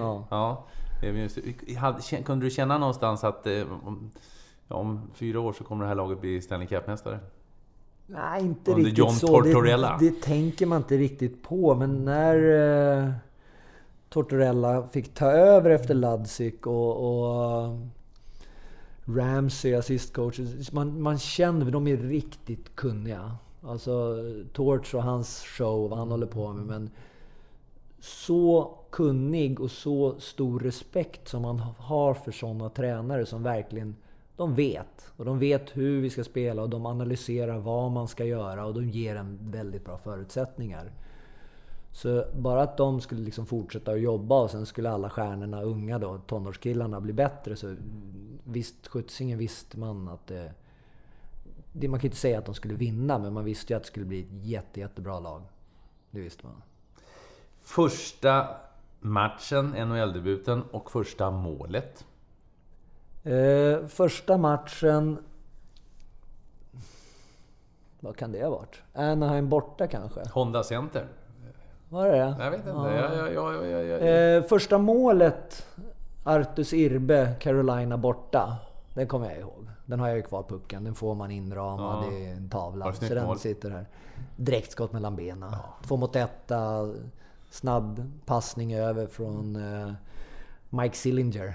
Kunde du känna någonstans att om 4 år så kommer det här laget bli Stanley Cup-mästare? Nej, inte under riktigt John så. Tortorella. Det tänker man inte riktigt på. Men när Tortorella fick ta över efter Ludzik och Ramsey, assistcoach, man kände att de är riktigt kunniga. Alltså Torch och hans show, vad han håller på med. Men så kunnig och så stor respekt som man har för sådana tränare som verkligen de vet. Och de vet hur vi ska spela och de analyserar vad man ska göra och de ger en väldigt bra förutsättningar. Så bara att de skulle liksom fortsätta att jobba och sen skulle alla stjärnorna, unga då, tonårskillarna, bli bättre. Så visst, Skjutsingen visste man att man kan inte säga att de skulle vinna, men man visste ju att det skulle bli ett jättebra lag. Det visste man. Första matchen, NHL-debuten och första målet. Första matchen... Vad kan det ha varit? Anaheim borta kanske? Honda Center. Var det? Jag vet inte. Första målet, Artus Irbe, Carolina borta. Den kommer jag ihåg. Den har jag ju kvar, pucken. Den får man inramad i en tavla. Så den sitter här. Direktskott mellan benen. 2-1. Snabb passning över från Mike Sillinger.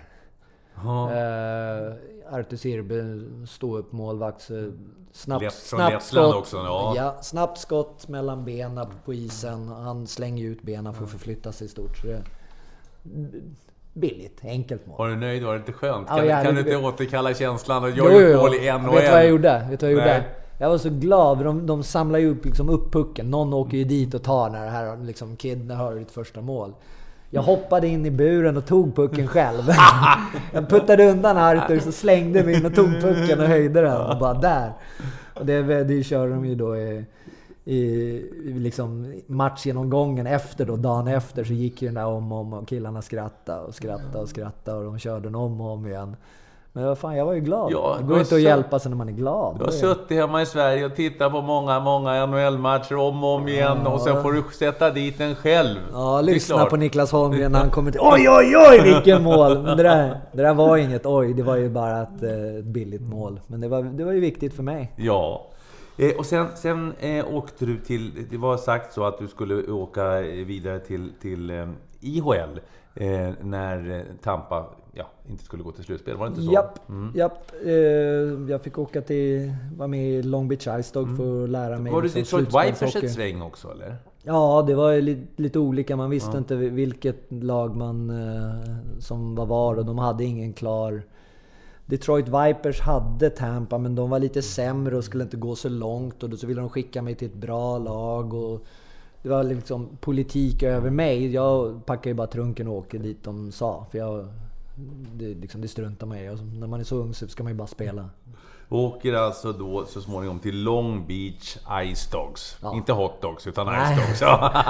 Artus Irbe stod upp målvakt. Snabbt skott. Också, snabbt skott mellan benen på isen. Han slänger ut benen för att förflytta sig i stort. Så det är billigt, enkelt mål. Var du nöjd? Var det inte skönt? Ja, kan du inte återkalla känslan och göra mål i NHL? Vet du vad jag gjorde? Jag var så glad. De samlar ju upp pucken. Någon åker ju dit och tar när det här liksom, Kid har ditt första mål. Jag hoppade in i buren och tog pucken själv. Jag puttade undan Arthur, så slängde mig in och tog pucken och höjde den. Och bara där. Och det kör de ju då i liksom matchgenomgången efter då. Dagen efter så gick ju den där om och killarna skrattade och de körde den om och om igen. Men fan, jag var ju glad. Ja, det går inte att hjälpa sig när man är glad. Du har suttit hemma i Sverige och tittat på många NHL-matcher om och om igen. Och sen får du sätta dit den själv. Ja, lyssna på Niklas Holmgren när han kommer till. Oj, vilken mål! Men det där var inget oj, det var ju bara ett billigt mål. Men det var ju viktigt för mig. Ja. Och sen åkte du till, det var sagt så att du skulle åka vidare till IHL när Tampa inte skulle gå till slutspel, var det inte så? Japp. Jag fick åka var med i Long Beach Ice Dog för att lära mig. Var du Detroit Vipers ett sväng också, eller? Ja, det var lite olika. Man visste inte vilket lag som var och de hade ingen klar. Detroit Vipers hade Tampa, men de var lite sämre och skulle inte gå så långt, och då så ville de skicka mig till ett bra lag, och det var liksom politik över mig. Jag packade ju bara trunken och åkte dit de sa, för det struntar mig. Och när man är så ung så ska man ju bara spela. Åker alltså då så småningom till Long Beach Ice Dogs. Ja. Inte Hot Dogs utan Ice Dogs.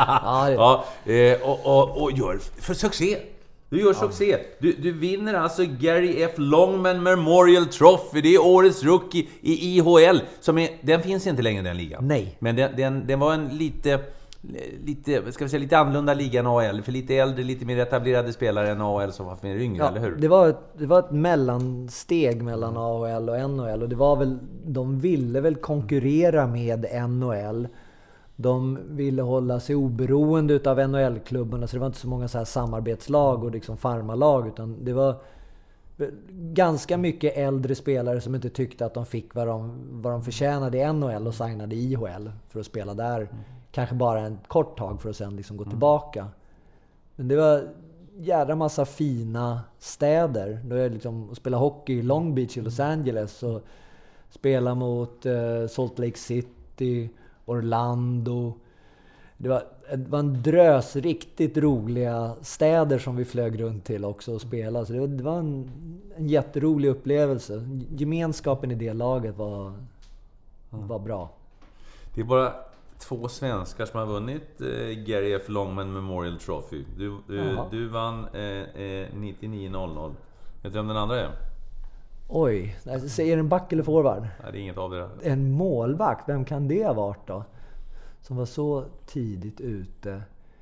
Och gör för succé. Du gör succé. Du vinner alltså Gary F. Longman Memorial Trophy. Det är årets rookie i IHL. Den finns inte längre, den ligan. Nej. Men den var en lite annorlunda liga än AHL. För lite äldre, lite mer etablerade spelare än AHL som var mer yngre, eller hur? Det var ett mellansteg mellan AHL och NHL. Och det var väl, de ville väl konkurrera med NHL. De ville hålla sig oberoende utav NHL-klubbarna, så det var inte så många så här samarbetslag och liksom farmalag, utan det var ganska mycket äldre spelare som inte tyckte att de fick vad de förtjänade i NHL och signade i IHL för att spela där. Kanske bara en kort tag för att sen liksom gå tillbaka. Men det var jävla massa fina städer. Då är liksom att spela hockey i Long Beach i Los Angeles och spela mot Salt Lake City, Orlando. Det var en drös riktigt roliga städer som vi flög runt till också och spela. Så det var en jätterolig upplevelse. Gemenskapen i det laget var bra. Det är bara 2 svenskar som har vunnit Gary F. Longman Memorial Trophy. Du vann 99-00. Vet du vem den andra är? Oj, är det en back eller forward? Nej, det är inget av det. En målvakt, vem kan det ha varit då? Som var så tidigt ute.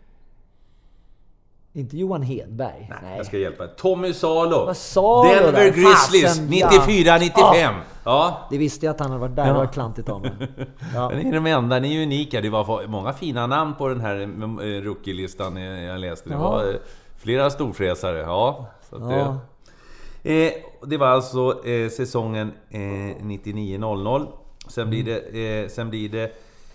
Inte Johan Hedberg. Nej. Jag ska hjälpa. Tommy Salo. Vad sa du? Denver Grizzlies 94-95. Ja. Det visste jag att han hade varit där. Det var klantigt om honom. Ja. Men ni är de enda, ni är unika. Det var många fina namn på den här rookie-listan jag läste. Det var flera storfräsare. Ja, så att det var alltså säsongen 99-00. Sen blir det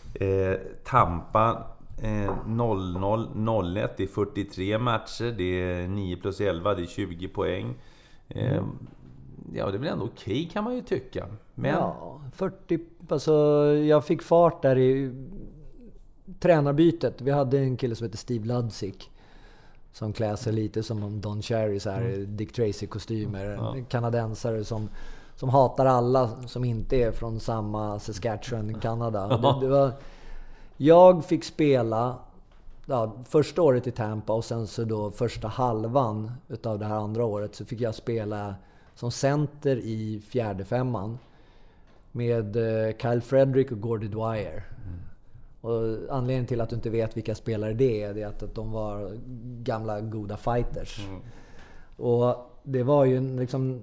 Tampa 00-01. Det är 43 matcher. Det är 9 + 11. Det är 20 poäng. Ja, det blir ändå okej, kan man ju tycka. Men... Ja, 40... Alltså, jag fick fart där i tränarbytet. Vi hade en kille som heter Steve Ludzik som klär sig lite som Don Cherry, så här Dick Tracy-kostymer. En kanadensare som hatar alla som inte är från samma Saskatchewan, Kanada. Det var, jag fick spela första året i Tampa och sen så då första halvan utav det här andra året så fick jag spela som center i 4:e-5:an med Kyle Frederick och Gordie Dwyer. Och anledningen till att du inte vet vilka spelare det är att de var gamla goda fighters. Och det var ju liksom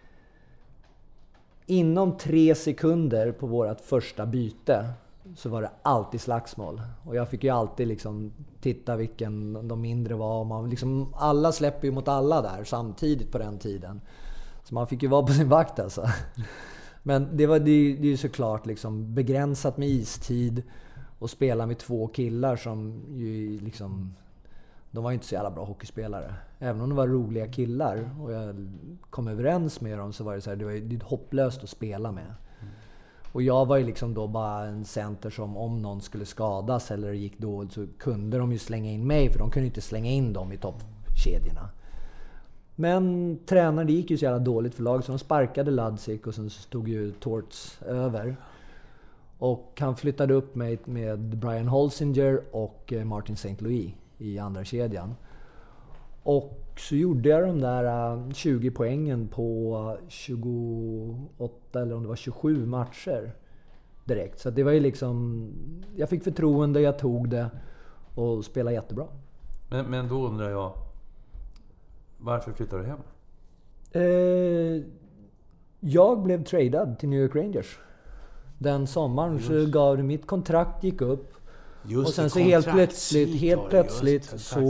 inom 3 sekunder på vårt första byte så var det alltid slagsmål. Och jag fick ju alltid liksom titta vilken de mindre var. Man liksom, alla släpper ju mot alla där samtidigt på den tiden. Så man fick ju vara på sin vakt alltså. Men det är ju såklart liksom begränsat med istid och spela med 2 killar som ju liksom, de var ju inte så jävla bra hockeyspelare. Även om de var roliga killar och jag kom överens med dem så var det så här, det var ju hopplöst att spela med. Och jag var ju liksom då bara en center som om någon skulle skadas eller gick dåligt så kunde de ju slänga in mig för de kunde inte slänga in dem i toppkedjorna. Men tränaren, det gick ju så jävla dåligt för lag så de sparkade Ludzik och sen stod ju Torts över. Och han flyttade upp mig med Brian Holsinger och Martin St. Louis i andra kedjan. Och så gjorde jag de där 20 poängen på 28 eller om det var 27 matcher direkt. Så det var ju liksom, jag fick förtroende, jag tog det och spelade jättebra. Men då undrar jag, varför flyttade du hem? Jag blev tradad till New York Rangers. Den sommaren så gav det, mitt kontrakt gick upp. Just och sen det, så helt plötsligt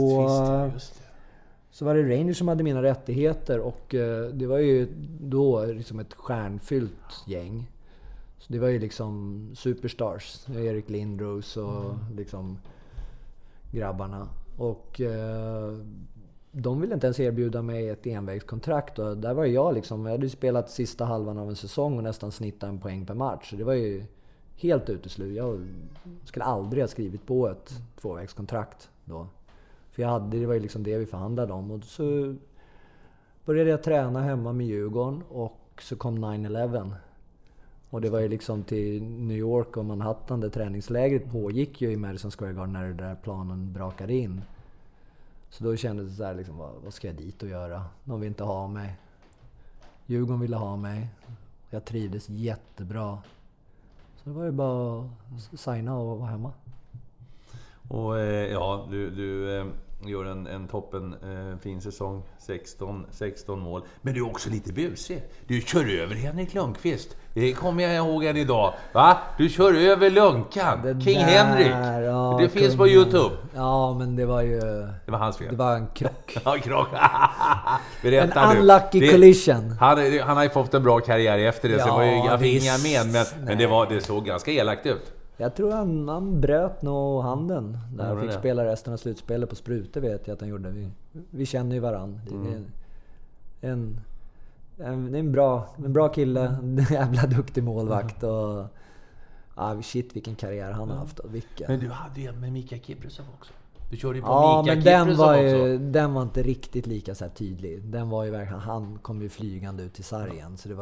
så var det Rangers som hade mina rättigheter och det var ju då liksom ett stjärnfyllt gäng. Så det var ju liksom superstars, Erik Lindros och liksom grabbarna. Och de ville inte ens erbjuda mig ett envägskontrakt och där var jag liksom, jag hade ju spelat sista halvan av en säsong och nästan snittat en poäng per match. Så det var ju helt uteslut. Jag skulle aldrig ha skrivit på ett 2-vägskontrakt då. För det var ju liksom det vi förhandlade om. Och så började jag träna hemma med Djurgården och så kom 9/11. Och det var ju liksom till New York och Manhattan där träningslägret pågick ju i Madison Square Garden när den där planen brakade in. Så då kändes det så här liksom, vad ska jag dit och göra? De vill inte ha mig. Djurgården ville ha mig. Jag trivdes jättebra. Så det var ju bara att signa och vara hemma. Och ja, du gör en toppen fin säsong, 16 mål. Men du är också lite busig. Du kör över Henrik Lundqvist. Det kommer jag ihåg än idag. Va? Du kör över Lunkan. King Henrik. Ja, det finns på YouTube. Ja, men det var ju... Det var hans fel. Det var en krock. Ja, krock. En unlucky collision. Han har ju fått en bra karriär efter det. Ja, så det var ju, jag fick inga men det såg ganska elakt ut. Jag tror han bröt nog handen. Där han fick spela resten av slutspelet på sprutor vet jag att han gjorde. Vi känner ju varann. Det är en bra kille. En jävla duktig målvakt. Och, shit vilken karriär han har haft. Men du hade ju en med Mika Kiprusov också. Du körde ju på Mika Kiprusov också. Den var inte riktigt lika så här tydlig. Den var ju verkligen, han kom ju flygande ut till sargen. Så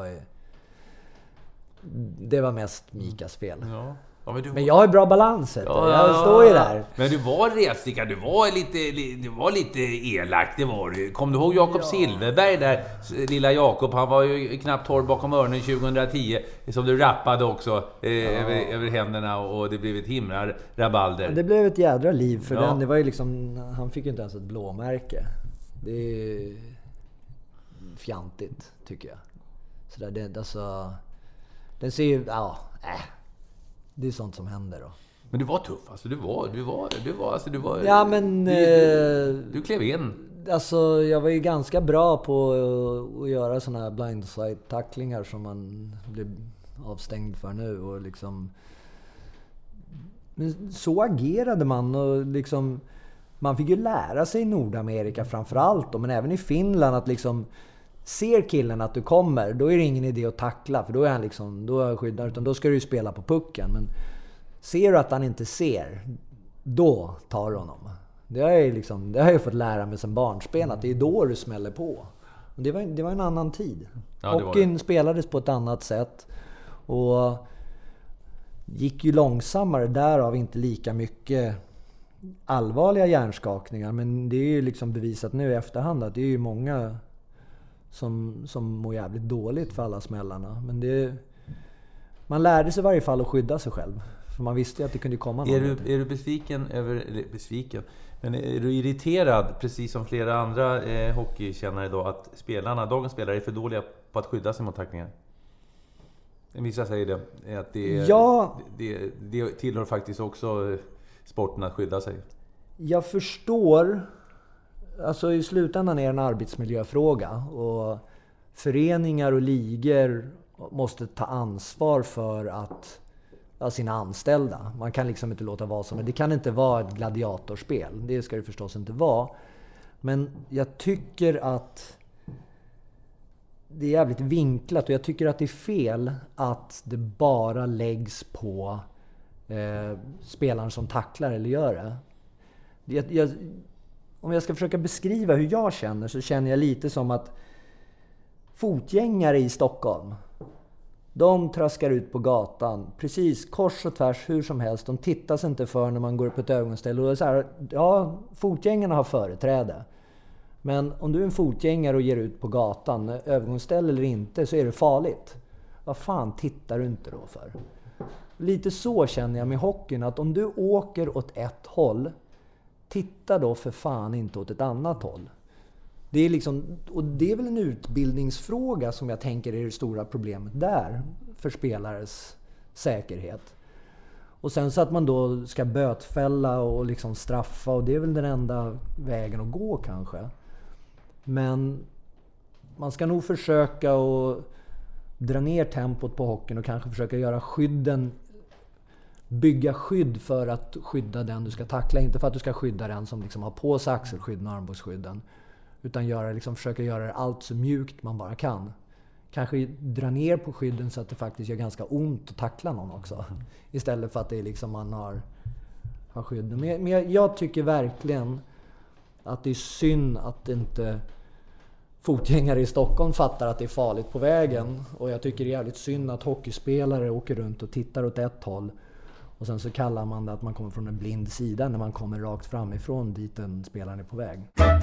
det var mest Mikas fel. Ja. Ja, men jag har bra balans. Jag står ju där. Men du var resika, du var lite elak, det var du. Kom du ihåg Jakob Silverberg där? Lilla Jakob, han var ju knappt torr bakom öronen 2010. Som du rappade också över händerna och det blev ett himla rabalder. Ja, det blev ett jädra liv för den. Det var ju liksom, han fick ju inte ens ett blåmärke. Det är fjantigt tycker jag. Så där, det alltså, den ser ju, det är sånt som händer då. Men du var tuff alltså. Du var. Ja men du klev in. Alltså jag var ju ganska bra på att göra såna här blindside tacklingar som man blir avstängd för nu och liksom. Men så agerade man och liksom man fick ju lära sig i Nordamerika framförallt men även i Finland att liksom ser killen att du kommer, då är det ingen idé att tackla för då är han liksom, då är han skyddad utan då ska du ju spela på pucken. Men ser du att han inte ser, då tar du honom. Det har jag ju fått lära mig som barnsben att det är då du smäller på. Det var en annan tid. Hockeyn spelades på ett annat sätt och gick ju långsammare, därav inte lika mycket allvarliga hjärnskakningar. Men det är ju liksom bevisat nu i efterhand att det är ju många som mår jävligt dåligt för alla smällarna. Men man lärde sig i varje fall att skydda sig själv. För man visste ju att det kunde komma någon. Är du besviken men är du irriterad, precis som flera andra hockeykännare idag, att dagens spelare är för dåliga på att skydda sig mot tacklingar? Vissa säger det, att det tillhör faktiskt också sporten att skydda sig. Jag förstår. Alltså i slutändan är det en arbetsmiljöfråga. Och föreningar och ligor måste ta ansvar för sina anställda. Man kan liksom inte låta vara som. Det kan inte vara ett gladiatorspel. Det ska det förstås inte vara. Men jag tycker att det är jävligt vinklat. Och jag tycker att det är fel att det bara läggs på spelaren som tacklar eller gör det. Om jag ska försöka beskriva hur jag känner, så känner jag lite som att fotgängare i Stockholm, de traskar ut på gatan precis kors och tvärs hur som helst. De tittas inte för när man går upp på ett ögonställ. Och det är så här, ja, fotgängarna har företräde. Men om du är en fotgängare och ger ut på gatan, övergångsställ eller inte, så är det farligt. Vad fan tittar du inte då för? Lite så känner jag med hockeyn, att om du åker åt ett håll, titta då för fan inte åt ett annat håll. Det är liksom, och det är väl en utbildningsfråga som jag tänker är det stora problemet där för spelares säkerhet. Och sen så att man då ska bötfälla och liksom straffa, och det är väl den enda vägen att gå kanske. Men man ska nog försöka att dra ner tempot på hockeyn och kanske försöka göra bygga skydd för att skydda den du ska tackla. Inte för att du ska skydda den som liksom har på sig axelskydden och armbågsskydden. Utan försöka göra det allt så mjukt man bara kan. Kanske dra ner på skydden så att det faktiskt gör ganska ont att tackla någon också. Istället för att det är liksom man har skydden. Men jag tycker verkligen att det är synd att inte fotgängare i Stockholm fattar att det är farligt på vägen. Och jag tycker det är jävligt synd att hockeyspelare åker runt och tittar åt ett håll. Och sen så kallar man det att man kommer från en blind sida när man kommer rakt framifrån dit en spelare är på väg.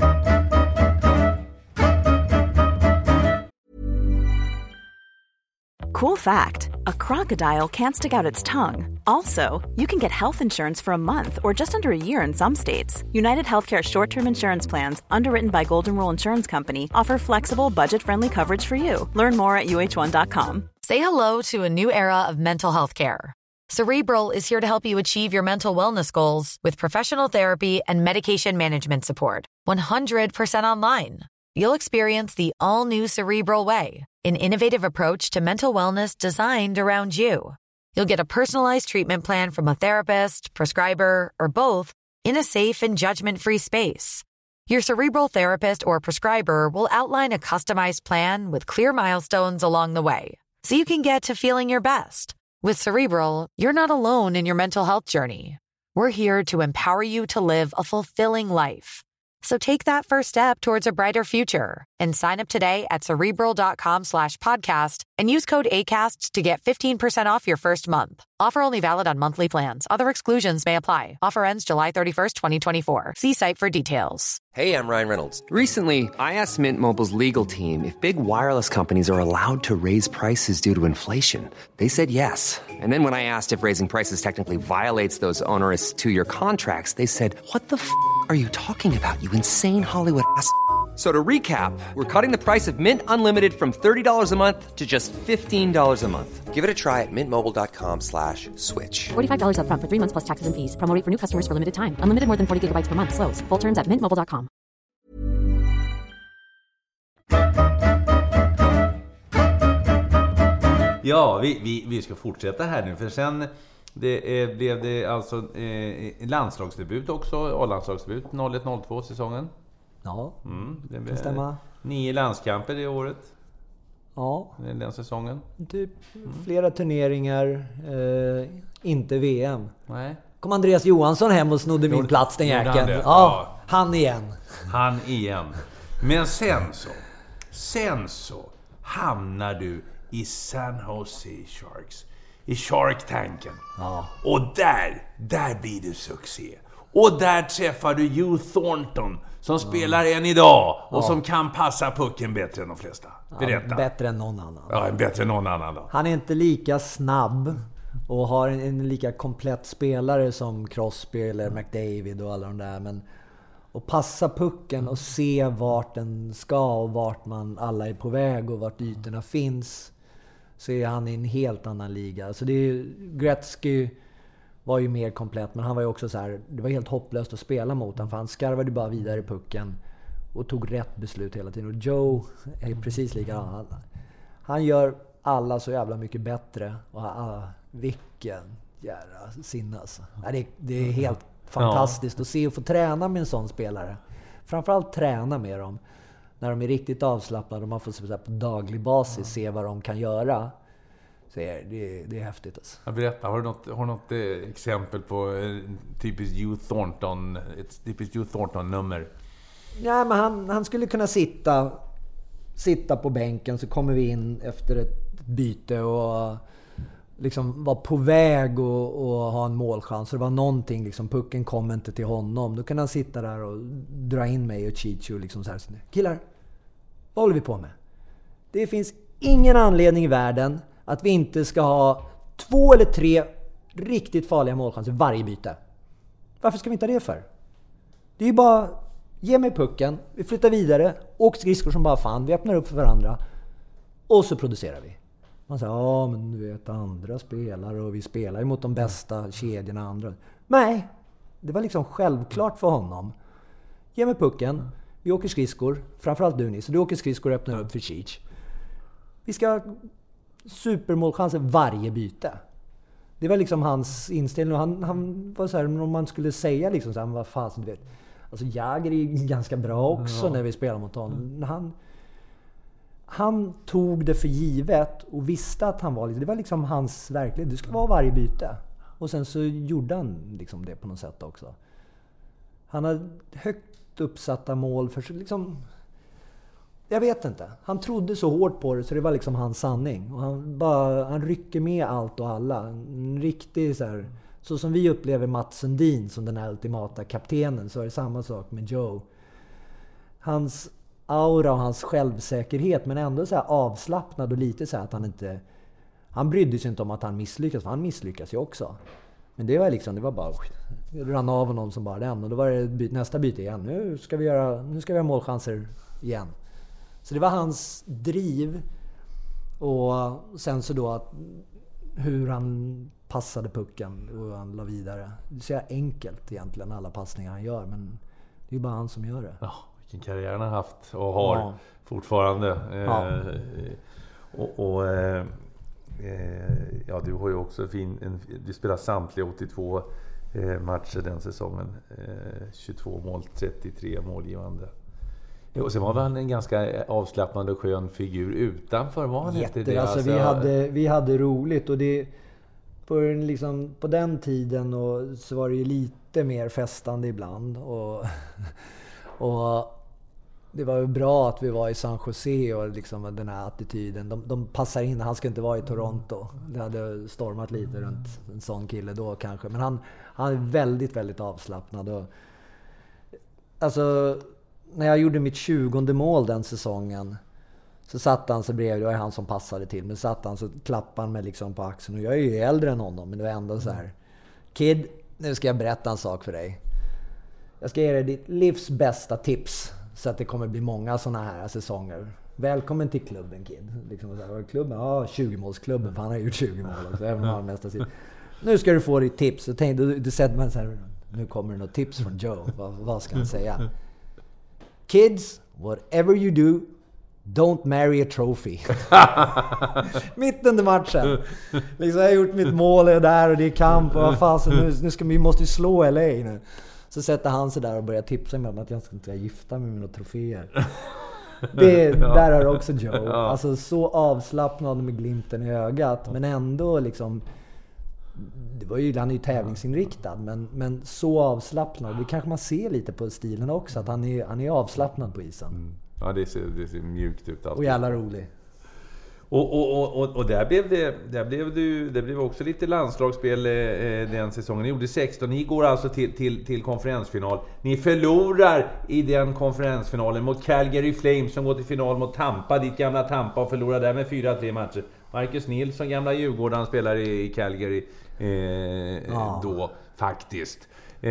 Cool fact, a crocodile can't stick out its tongue. Also, you can get health insurance for a month or just under a year in some states. United Healthcare short-term insurance plans, underwritten by Golden Rule Insurance Company, offer flexible, budget-friendly coverage for you. Learn more at uh1.com. Say hello to a new era of mental health care. Cerebral is here to help you achieve your mental wellness goals with professional therapy and medication management support. 100% online. You'll experience the all-new Cerebral Way, an innovative approach to mental wellness designed around you. You'll get a personalized treatment plan from a therapist, prescriber, or both in a safe and judgment-free space. Your Cerebral therapist or prescriber will outline a customized plan with clear milestones along the way, so you can get to feeling your best. With Cerebral, you're not alone in your mental health journey. We're here to empower you to live a fulfilling life. So take that first step towards a brighter future and sign up today at Cerebral.com/podcast and use code ACAST to get 15% off your first month. Offer only valid on monthly plans. Other exclusions may apply. Offer ends July 31st, 2024. See site for details. Hey, I'm Ryan Reynolds. Recently, I asked Mint Mobile's legal team if big wireless companies are allowed to raise prices due to inflation. They said yes. And then when I asked if raising prices technically violates those onerous two-year contracts, they said, "What the f*** are you talking about, you insane Hollywood ass?" So to recap, we're cutting the price of Mint Unlimited from $30 a month to just $15 a month. Give it a try at mintmobile.com/switch. $45 up front for 3 months plus taxes and fees. Promo rate for new customers for limited time. Unlimited more than 40 gigabytes per month. Slows full terms at mintmobile.com. Ja, vi ska fortsätta här nu, för sen blev det alltså landslagsdebut också, A-landslagsdebut 01-02 säsongen. Ja, det kan stämma. 9 landskamper det året. Ja. Den säsongen. Typ flera turneringar, inte VM. Nej. Kom Andreas Johansson hem och snodde min plats, den jäkeln. Ja, han igen. Men sen så hamnar du i San Jose Sharks. I Shark-tanken. Ja. Och där blir det succé. Och där träffar du Hugh Thornton som spelar än idag och som kan passa pucken bättre än de flesta. Berätta. Bättre än någon annan. Ja, bättre än någon annan då. Han är inte lika snabb och har en lika komplett spelare som Crosby eller McDavid och alla de där, men att passa pucken och se vart den ska och vart alla är på väg och vart ytorna finns, så är han i en helt annan liga. Så det är, Gretzky var ju mer komplett, men han var ju också så här, det var helt hopplöst att spela mot honom, för han skarvade bara vidare pucken och tog rätt beslut hela tiden. Och Joe är precis likadan. Han gör alla så jävla mycket bättre. Och vilken jävla sinnes. Det är helt fantastiskt att se och få träna med en sån spelare. Framförallt träna med dem när de är riktigt avslappnade och man får så på daglig basis se vad de kan göra. Så det är häftigt alltså. Jag berättar, har du något exempel på ett typiskt Hugh Thornton-nummer? Ja, men han skulle kunna sitta på bänken, så kommer vi in efter ett byte och liksom var på väg och ha en målchans. Så det var någonting, liksom, pucken kom inte till honom. Då kan han sitta där och dra in mig och Chicho liksom så här: killar, vad håller vi på med? Det finns ingen anledning i världen att vi inte ska ha 2 eller 3 riktigt farliga målchanser varje byte. Varför ska vi inte ha det för? Det är ju bara, ge mig pucken, vi flyttar vidare, åk skridskor som bara fan, vi öppnar upp för varandra och så producerar vi. Man säger, ja men du vet, andra spelare och vi spelar ju mot de bästa kedjorna andra. Nej, det var liksom självklart för honom. Ge mig pucken, vi åker skridskor, framförallt du Nisse, så du åker skridskor och öppnar upp för Cheech. Vi ska ha supermålchanser varje byte. Det var liksom hans inställning. Han var så här, om man skulle säga liksom så här, vad fan, du vet. Alltså Jäger är ju ganska bra också när vi spelar mot honom. Han tog det för givet och visste att han var lite, det var liksom hans verklighet. Det ska vara varje byte. Och sen så gjorde han liksom det på något sätt också. Han har högt uppsatta mål för liksom, jag vet inte. Han trodde så hårt på det så det var liksom hans sanning. Och han rycker med allt och alla. En riktig så här, så som vi upplever Mats Sundin som den här ultimata kaptenen, så är det samma sak med Joe. Hans aura och hans självsäkerhet, men ändå så här avslappnad och lite så här att han brydde sig inte om att han misslyckas, för han misslyckas ju också. Men det var bara det rann av honom som bara den, och då var det nästa byte igen. Nu ska vi ha målchanser igen. Så det var hans driv, och sen så då att hur han passade pucken och han la vidare. Det är så enkelt egentligen, alla passningar han gör, men det är ju bara han som gör det. Ja, vilken karriär han har haft och har fortfarande. Ja, du har ju också du spelar samtliga 82 matcher den säsongen. 22 mål, 33 målgivande. Och sen var han en ganska avslappnad och skön figur utanför. Var han efter det? Alltså, vi hade roligt, och det på den tiden och så var det ju lite mer festande ibland, och det var ju bra att vi var i San Jose och liksom den här attityden. De passar in, han ska inte vara i Toronto. Det hade stormat lite runt en sån kille då kanske. Men han är väldigt, väldigt avslappnad. Och, alltså, när jag gjorde mitt 20:e mål den säsongen, så satt han så bredvid, det var han som passade till, men satt han så klappade han mig liksom på axeln, och jag är ju äldre än honom, men det var ändå så här: Kid, nu ska jag berätta en sak för dig. Jag ska ge dig ditt livs bästa tips, så att det kommer bli många såna här säsonger. Välkommen till klubben, Kid. Liksom så här, klubben? Ja, 20-målsklubben, för han har gjort 20 mål också, även om han nästa sitt. Nu ska du få ditt tips. Och tänkte, du sätter man så här, nu kommer det något tips från Joe. Vad ska han säga? Kids, whatever you do, don't marry a trophy. Mitt under matchen. Liksom, jag har gjort mitt mål där och det är kamp och vad fan, så vi måste ju slå LA nu. Så sätter han sig där och börjar tipsa mig om att jag inte ska gifta mig med några troféer. Där har också Joe. Alltså så avslappnad med glimten i ögat, men ändå liksom, han är ju tävlingsinriktad, men så avslappnad. Det kanske man ser lite på stilen också, att han är avslappnad på isen. Ja, det ser mjukt ut alltid. Och jävla rolig. Och det blev också lite landslagsspel den säsongen. Ni gjorde 16, ni går alltså till konferensfinal. Ni förlorar i den konferensfinalen mot Calgary Flames som går till final mot Tampa, ditt gamla Tampa, och förlorar där med 4-3 matcher. Marcus Nilsson, gamla Djurgården, spelar i Calgary då faktiskt.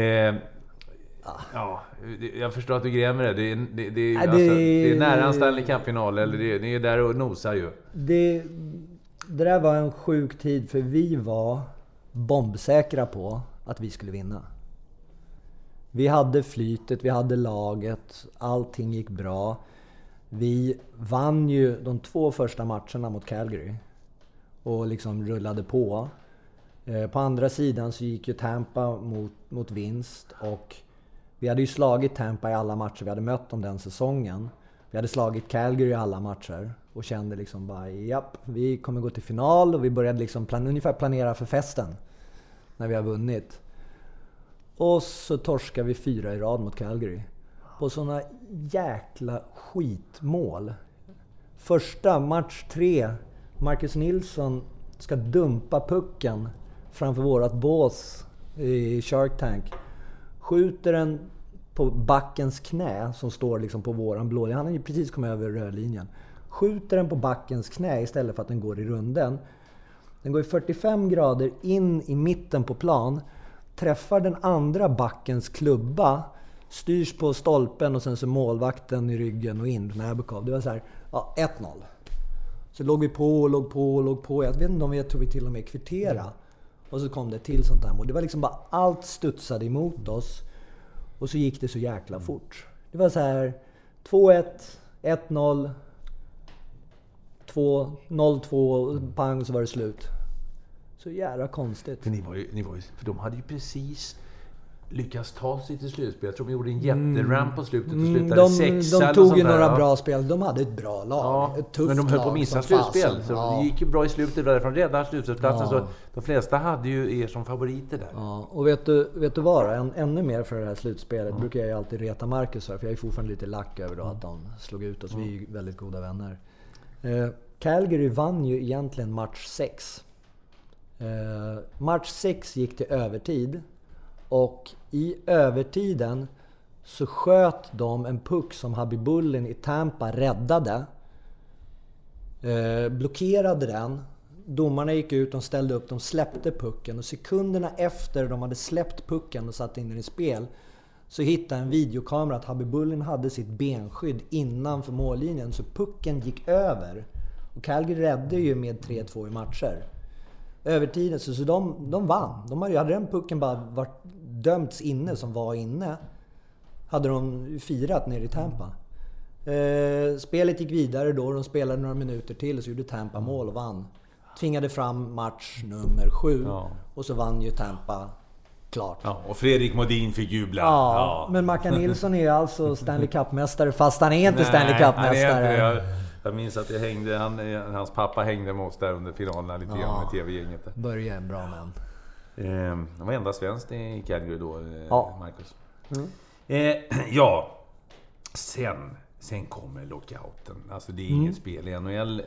Ja, jag förstår att du grämer det. Det är nära en Stanley Cup-final, eller det är där och nosar ju. Det där var en sjuk tid, för vi var bombsäkra på att vi skulle vinna. Vi hade flytet, vi hade laget, allting gick bra. Vi vann ju de 2 första matcherna mot Calgary och liksom rullade på. På andra sidan så gick ju Tampa mot vinst, och vi hade ju slagit Tampa i alla matcher vi hade mött om den säsongen. Vi hade slagit Calgary i alla matcher och kände liksom bara, japp, vi kommer gå till final, och vi började liksom ungefär planera för festen när vi har vunnit. Och så torskar vi 4 i rad mot Calgary på såna jäkla skitmål. Första match 3, Marcus Nilsson ska dumpa pucken framför vårat bås i Shark Tank. Skjuter den på backens knä som står liksom på våran blå. Han har ju precis kommit över rödlinjen. Skjuter den på backens knä istället för att den går i runden. Den går i 45 grader in i mitten på plan. Träffar den andra backens klubba. Styrs på stolpen och sen så målvakten i ryggen och in. Nabokov. Det var så här, 1-0. Så låg vi på. Jag vet inte om jag tror vi till och med kvittera. Och så kom det till sånt där mål. Det var liksom bara allt studsade emot oss. Och så gick det så jäkla fort. Det var så här 2-1, 1-0, 2-0-2, pang, så var det slut. Så jävla konstigt. För ni var ju, för de hade ju precis lyckats ta sig till slutspel. Jag tror de gjorde en jätteramp på slutet och slutade 6. De tog ju några bra spel. De hade ett bra lag. Ja, ett tufft men de höll på att missa slutspel. Så det gick ju bra i slutet. Därifrån räddade slutspelsplatsen. Så de flesta hade ju er som favoriter där. Ja, och vet du vad? Ännu mer för det här slutspelet brukar jag ju alltid reta Marcus för. Jag är fortfarande lite lack över då att de slog ut oss. Vi är ju väldigt goda vänner. Calgary vann ju egentligen match 6. Match 6 gick till övertid. Och i övertiden så sköt de en puck som Habibulin i Tampa räddade. Blockerade den. Domarna gick ut, de ställde upp, de släppte pucken. Och sekunderna efter de hade släppt pucken och satt in den i spel, så hittade en videokamera att Habibulin hade sitt benskydd innanför mållinjen. Så pucken gick över. Och Calgary räddade ju med 3-2 i matcher. Övertiden, så de vann. Hade den pucken bara varit dömts inne som var inne, hade de firat nere i Tampa. Spelet gick vidare då. De spelade några minuter till och så gjorde Tampa mål och vann. Tvingade fram match nummer 7. Ja. Och så vann ju Tampa klart. Ja, och Fredrik Modin fick jubla. Ja. Men Marcus Nilsson är alltså Stanley Cup-mästare, fast han är inte Stanley Cup-mästare. Jag minns att jag hängde, hans pappa hängde med oss där under finalerna lite grann med TV-gänget. Börje en bra man. Det var enda svenskt i Calgary då, Marcus. Sen kommer lockouten. Alltså det är inget spel i NHL.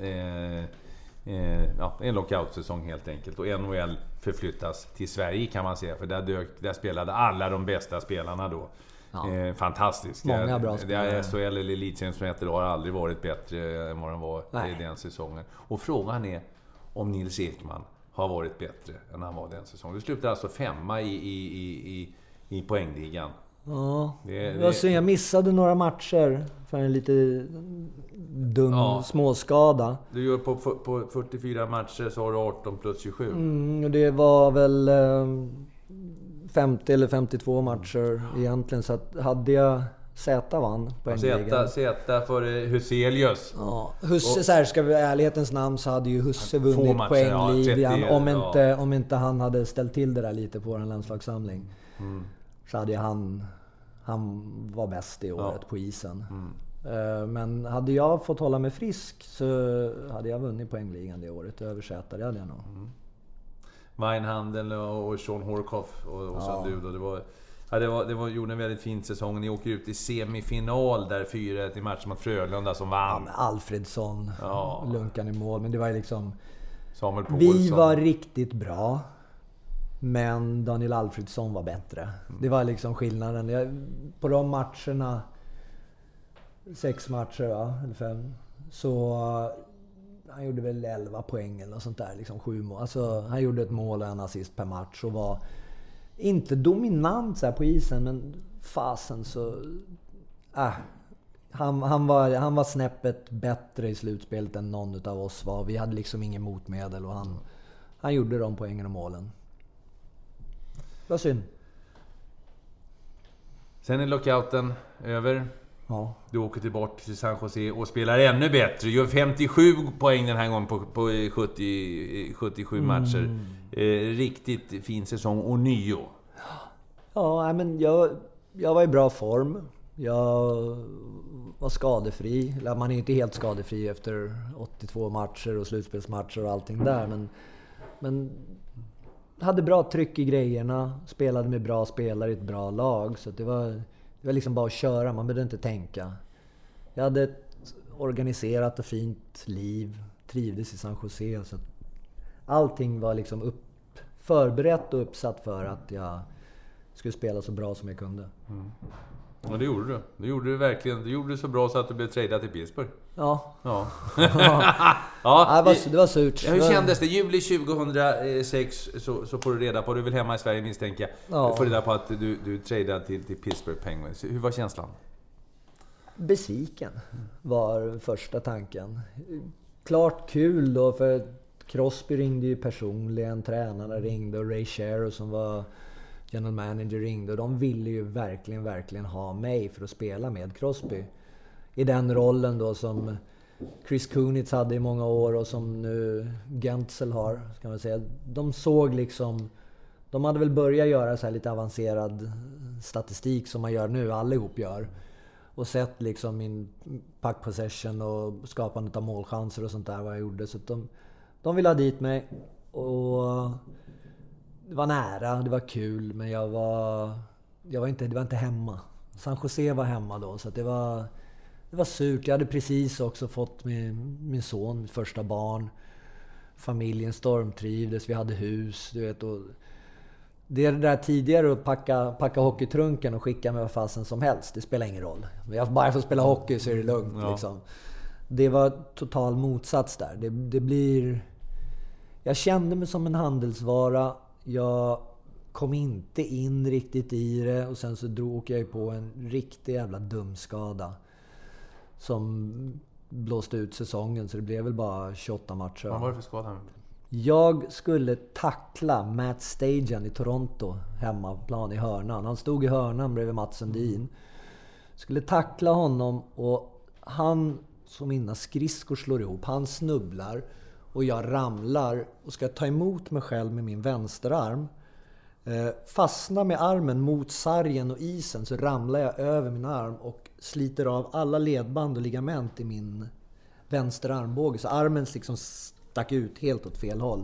En lockout-säsong helt enkelt. Och NHL förflyttas till Sverige kan man säga. För där spelade alla de bästa spelarna då. Ja. Fantastiskt. Många bra spelare. SHL eller Elitserien som heter då har aldrig varit bättre än vad den var i den säsongen. Och frågan är om Nils Ekman har varit bättre än han var den säsongen. Det slutade alltså 5 i poängligan. Ja, jag missade några matcher för en lite dum småskada. Du gör på 44 matcher så har du 18 plus 27. Och det var väl 50 eller 52 matcher egentligen, så att hade jag Z vann poängligan. Z för Huselius. Ja, Husse, så här ska vi i ärlighetens namn, så hade ju Husse vunnit poängligan om inte han hade ställt till det där lite på en landslagssamling. Så hade han var bäst i året på isen. Men hade jag fått hålla mig frisk så hade jag vunnit poängligan det året. Över Z, det hade jag nog. Weinhandel och Sean Horkoff och sen du då. Ja, gjorde en väldigt fin säsong. Ni åker ut i semifinal där 4-1 i match mot Frölunda som vann. Ja, Alfredsson, Lunkan i mål. Men det var ju liksom... Samuel Paulsson. Vi var riktigt bra. Men Daniel Alfredsson var bättre. Det var liksom skillnaden. På de matcherna, 6 matcher eller 5, så han gjorde väl 11 poäng eller sånt där, liksom 7 mål. Alltså, han gjorde ett mål och en assist per match och var inte dominant så här på isen, men fasen så han var snäppet bättre i slutspelet än någon av oss var. Vi hade liksom ingen motmedel och han gjorde de poängen och målen. Vad synd. Sen är lockouten över. Ja. Du åker tillbaka till San Jose och spelar ännu bättre. Du gör 57 poäng den här gången på 77 matcher. Riktigt fin säsong och nio. Ja, men jag var i bra form. Jag var skadefri. Man är inte helt skadefri efter 82 matcher och slutspelsmatcher och allting där. Men hade bra tryck i grejerna. Spelade med bra spelare i ett bra lag. Så det var liksom bara att köra. Man behövde inte tänka. Jag hade ett organiserat och fint liv. Trivdes i San Jose. Så allting var liksom förberett och uppsatt för att jag skulle spela så bra som jag kunde. Och det gjorde du. Det gjorde du verkligen. Du gjorde det så bra så att du blev tradad till Pittsburgh. Ja. Ja. Det var surt. Hur kändes det? Juli 2006 så får du reda på, du är väl hemma i Sverige misstänker jag. Du får reda på att du tradad till Pittsburgh Penguins. Hur var känslan? Besviken var första tanken. Klart kul då, för Crosby ringde ju personligen, tränarna ringde och Ray Shero som var general manager ringde och de ville ju verkligen ha mig för att spela med Crosby. I den rollen då som Chris Kunitz hade i många år och som nu Gentzel har, ska man säga. De såg liksom, de hade väl börjat göra så här lite avancerad statistik som man gör nu, allihop gör. Och sett liksom min puck possession och skapandet av målchanser och sånt där vad jag gjorde. Så att de ville ha dit mig och det var nära, det var kul, men det var inte hemma. San Jose var hemma då, så att det var surt. Jag hade precis också fått min son, mitt första barn. Familjen stormtrivdes, vi hade hus, du vet. Och det där tidigare att packa hockeytrunken och skicka med vad fasen som helst, det spelar ingen roll. Jag bara får spela hockey så är det lugnt liksom. Det var total motsats där. Det blir... Jag kände mig som en handelsvara. Jag kom inte in riktigt i det och sen så åker jag på en riktig jävla dumskada som blåste ut säsongen, så det blev väl bara 28 matcher. Vad var det för skada? Jag skulle tackla Matt Stajan i Toronto, hemmaplan i hörnan. Han stod i hörnan bredvid Mats Sundin. Skulle tackla honom och han, som mina skridskor slår ihop, han snubblar och jag ramlar och ska ta emot mig själv med min vänsterarm. Fastnar med armen mot sargen och isen, så ramlar jag över min arm och sliter av alla ledband och ligament i min vänsterarmbåge. Så armen liksom stack ut helt åt fel håll.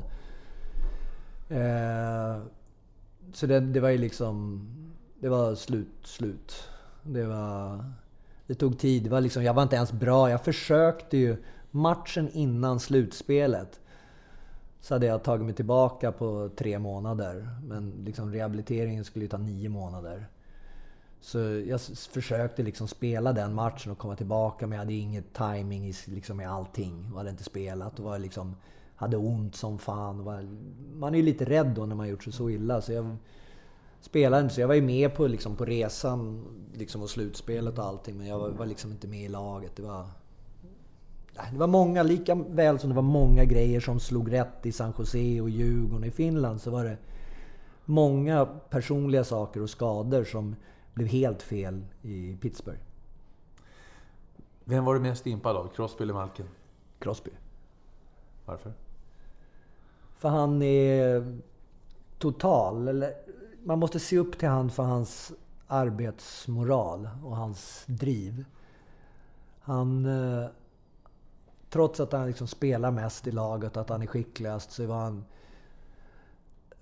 Så det var ju liksom... Det var slut. Det tog tid. Det var liksom, jag var inte ens bra. Jag försökte ju matchen innan slutspelet. Så hade jag tagit mig tillbaka på 3 månader. Men liksom rehabiliteringen skulle ju ta 9 månader. Så jag försökte liksom spela den matchen och komma tillbaka. Men jag hade inget timing liksom i allting. Jag hade inte spelat och var liksom, hade ont som fan. Man är ju lite rädd då när man gjort sig så illa. Så jag spelade inte. Så jag var ju med på, liksom, på resan liksom, och slutspelet och allting. Men jag var liksom inte med i laget. Det var många, lika väl som det var många grejer som slog rätt i San Jose och Djurgården i Finland, så var det många personliga saker och skador som blev helt fel i Pittsburgh. Vem var du mest impad av? Crosby eller Malkin? Crosby. Varför? För han är total. Eller, man måste se upp till han för hans arbetsmoral och hans driv. Han... Trots att han liksom spelar mest i laget, att han är skickligast, så var han...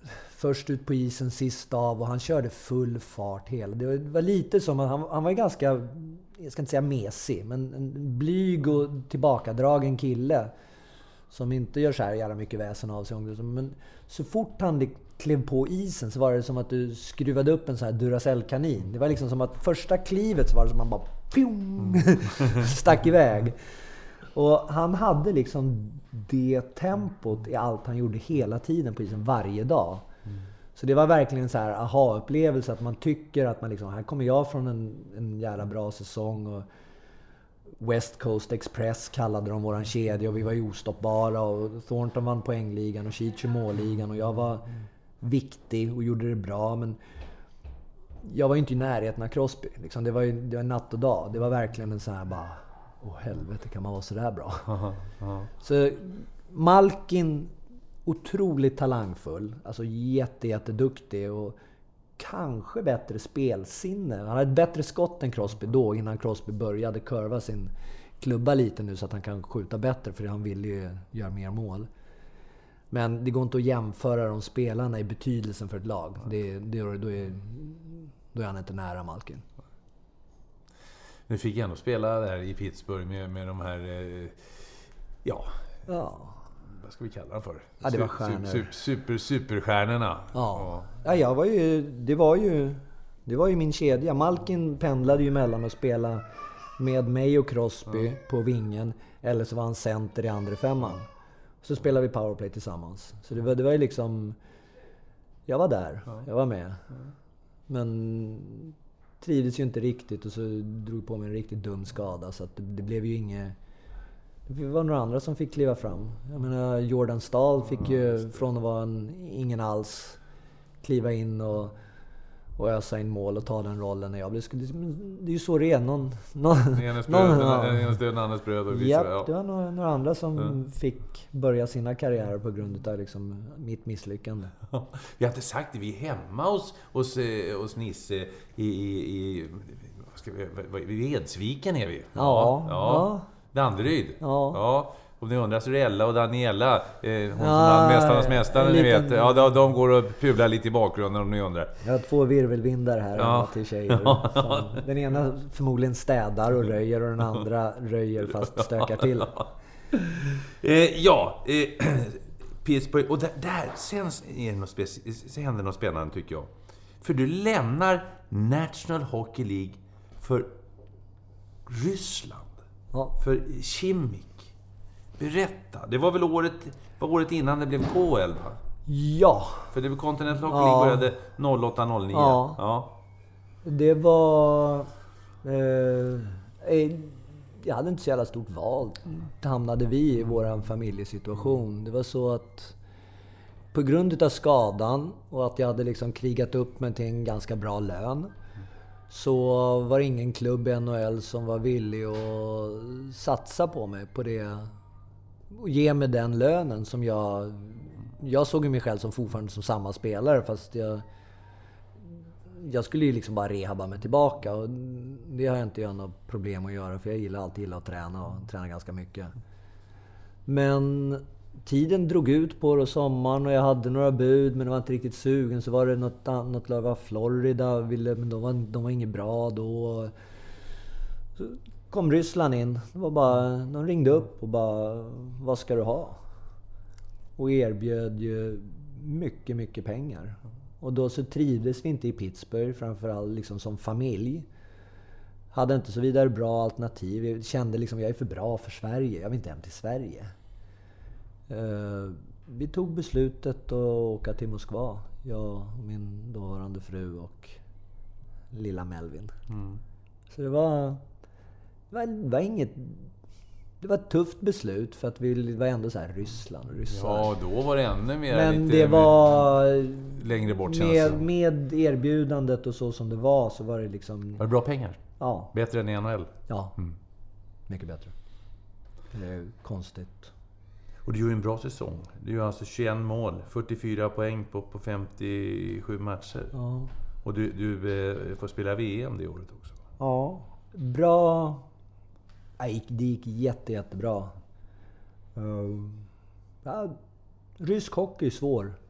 först ut på isen sist av och han körde full fart hela. Det var lite som att han var ganska, jag ska inte säga mesig, men en blyg och tillbakadragen kille som inte gör så här jävla mycket väsen av sig. Men så fort han klev på isen så var det som att du skruvade upp en sån här Duracell-kanin. Det var liksom som att första klivet så var det som att man bara stack iväg. Och han hade liksom det tempot i allt han gjorde hela tiden på isen varje dag. Så det var verkligen så här aha-upplevelse att man tycker att man liksom, här kommer jag från en jävla bra säsong och West Coast Express kallade de våran kedja och vi var ju ostoppbara och Thornton vann poängligan och Cheech målligan och jag var viktig och gjorde det bra, men jag var ju inte i närheten av Crosby liksom. Det var natt och dag. Det var verkligen en sån här bara, helvete, kan man vara så där bra? Så Malkin, otroligt talangfull, alltså jätteduktig och kanske bättre spelsinne. Han hade ett bättre skott än Crosby då, innan Crosby började kurva sin klubba lite nu så att han kan skjuta bättre, för han vill ju göra mer mål. Men det går inte att jämföra de spelarna i betydelsen för ett lag. Då är han inte nära Malkin. Nu fick jag ändå spela där i Pittsburgh med de här vad ska vi kalla dem för? Ja, det var stjärnor. Superstjärnorna. Ja. Ja, det var ju min kedja. Malkin pendlade ju mellan att spela med mig och Crosby på vingen, eller så var han center i andra femman. Så spelade vi powerplay tillsammans. Så det var ju liksom, jag var där. Jag var med. Men trivdes ju inte riktigt och så drog på mig en riktigt dum skada, så att det blev ju inget. Det var några andra som fick kliva fram. Jag menar, Jordan Stahl fick ju från att vara ingen alls kliva in och ösa in mål och ta den rollen när jag blev. Det är ju så det är. Någon annans bröd och det var några andra som fick börja sina karriärer på grund av liksom mitt misslyckande. Vi har inte sagt det, vi är hemma hos Nisse i Edsviken är vi. Ja. Danderyd. Ja. Om ni undrar så är det Ella och Daniela, hon som vann Mästarnas mästare, ni vet. Ja, de går och pular lite i bakgrunden om ni undrar. Jag har 2 virvelvindar här till tjejer. Den ena förmodligen städar och röjer och den andra röjer fast stökar till. Pittsburgh. Och där sen händer något spännande tycker jag. För du lämnar National Hockey League för Ryssland. För Chimik. Berätta. Det var väl året innan det blev KL, va? Ja. För det var Continental Hockey League började 08-09. Ja. Det var... jag hade inte så jävla stort val. Hamnade vi i vår familjesituation. Det var så att på grund av skadan och att jag hade liksom krigat upp mig till en ganska bra lön, så var det ingen klubb i NHL som var villig att satsa på mig på det och ge mig den lönen som jag såg mig själv som fortfarande som samma spelare, fast jag skulle ju liksom bara rehabba mig tillbaka, och det har jag inte något problem att göra, för jag alltid gillar att träna och träna ganska mycket. Men tiden drog ut på det och sommaren, och jag hade några bud men det var inte riktigt sugen. Så var det något lag av Florida, men de var inget bra då. Så kom Ryssland in. Det var bara, de ringde upp och bara, vad ska du ha? Och erbjöd ju mycket, mycket pengar. Och då så trivdes vi inte i Pittsburgh, framförallt liksom som familj. Hade inte så vidare bra alternativ. Vi kände liksom, jag är för bra för Sverige. Jag vill inte hem till Sverige. Vi tog beslutet att åka till Moskva. Jag och min dåvarande fru och lilla Melvin. Så det var inget... Det var ett tufft beslut, för att vi var ändå så här Ryssland. Ja, då var det ännu mer. Men det var... längre bort med erbjudandet och så som det var, så var det liksom... Var det bra pengar? Ja. Bättre än i NHL? Ja, mycket bättre. Det är konstigt. Och du gör en bra säsong. Du gör alltså 21 mål, 44 poäng på 57 matcher. Ja. Och du får spela VM det året också. Ja, bra. Det gick jättebra. Rysk hockey är svår.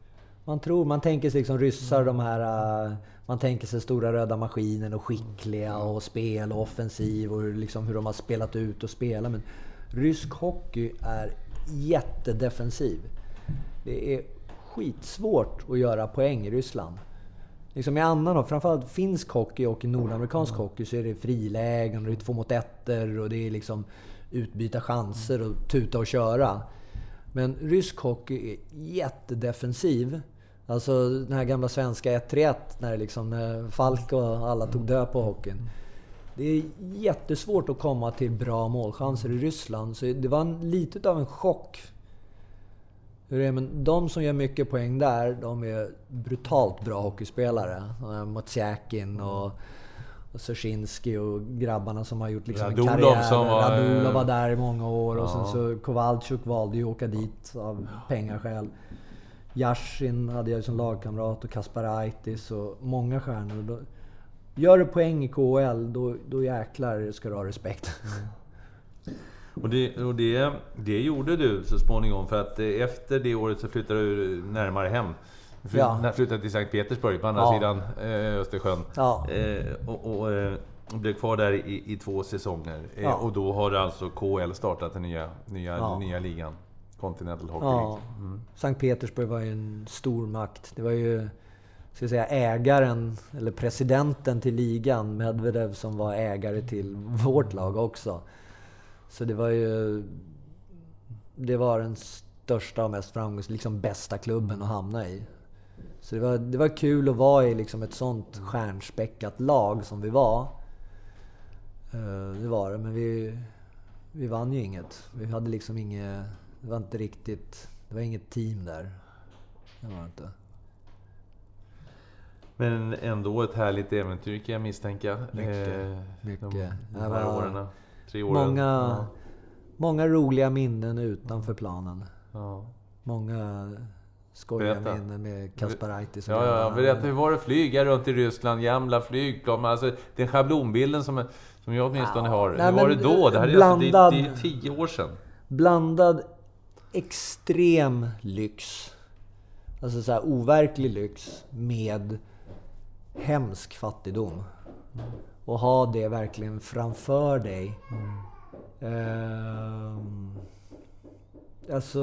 man tänker sig liksom ryssar, de här, man tänker sig stora röda maskiner och skickliga och spel och offensiv och liksom hur de har spelat ut och spelat. Men rysk hockey är jättedefensiv. Det är skitsvårt att göra poäng i Ryssland. Liksom i annan, framförallt finsk hockey och nordamerikansk hockey, så är det frilägen och det är 2 mot 1 och det är liksom utbyta chanser och tuta och köra. Men rysk hockey är jättedefensiv. Alltså den här gamla svenska 1-3-1 när Falk och alla tog död på hockeyn. Det är jättesvårt att komma till bra målchanser i Ryssland. Så det var lite av en chock. Men de som gör mycket poäng där, de är brutalt bra hockeyspelare. Motsjakin och Soshinski och grabbarna som har gjort liksom en karriär. Radulov var där i många år. Och sen så Kowalczyk valde ju att åka dit av pengaskäl. Yashin hade jag som lagkamrat och Kasparaitis och många stjärnor. Gör du poäng i KHL, då jäklar ska du ha respekt. Och det gjorde du så småningom, för att efter det året så flyttade du närmare hem. Flyttade till Sankt Petersburg på andra sidan Östersjön. Ja. Och blev kvar där i 2 säsonger. Och då har alltså KHL startat den nya ligan. Continental Hockey League. Sankt Petersburg var ju en stor makt. Det var ju, ska jag säga, ägaren eller presidenten till ligan, Medvedev, som var ägare till vårt lag också. Så det var den största och mest framgångsrika, liksom bästa klubben att hamna i. Så det var kul att vara i liksom ett sånt stjärnspäckat lag som vi var. Det var det, men vi vann ju inget. Vi hade liksom inget, det var inte riktigt, det var inget team där. Det var inte. Men ändå ett härligt äventyr kan jag misstänka. Mycket. De här åren. 3 åren. Många roliga minnen utanför planen. Ja. Många skojiga minnen med Kasparaitis. Berätta, hur var det att flyga runt i Ryssland? Gamla flygplan. Alltså, den schablonbilden som jag åtminstone har. Hur var det då? Det här är det är 10 år sedan. Blandad extrem lyx. Alltså så här overklig lyx med hemsk fattigdom. Och ha det verkligen framför dig. Alltså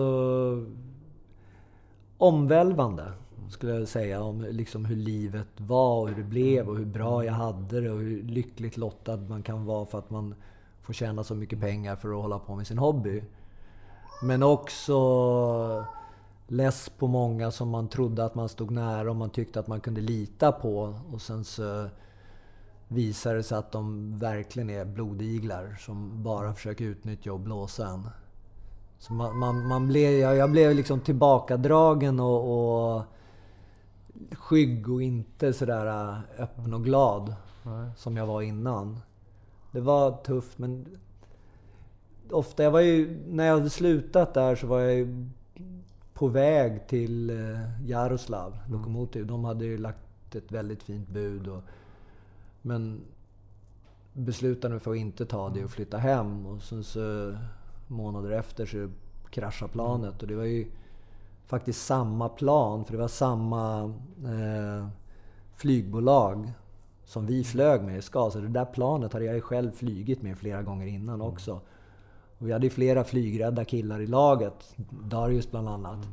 omvälvande skulle jag säga, om liksom hur livet var och hur det blev och hur bra jag hade det och hur lyckligt lottad man kan vara för att man får tjäna så mycket pengar för att hålla på med sin hobby. Men också less på många som man trodde att man stod nära och man tyckte att man kunde lita på, och sen så visar det sig att de verkligen är blodiglar som bara försöker utnyttja och blåsa en. Så jag blev liksom tillbakadragen och skygg och inte sådär öppen och glad som jag var innan. Det var tufft, men ofta, när jag hade slutat där så var jag på väg till Jaroslav, Lokomotiv. De hade ju lagt ett väldigt fint bud men beslutade mig för att inte ta det och flytta hem. Och sen så månader efter så kraschade planet. Och det var ju faktiskt samma plan, för det var samma flygbolag som vi flög med i SKA. Så det där planet hade jag ju själv flygit med flera gånger innan också. Och vi hade ju flera flygrädda killar i laget. Darius bland annat.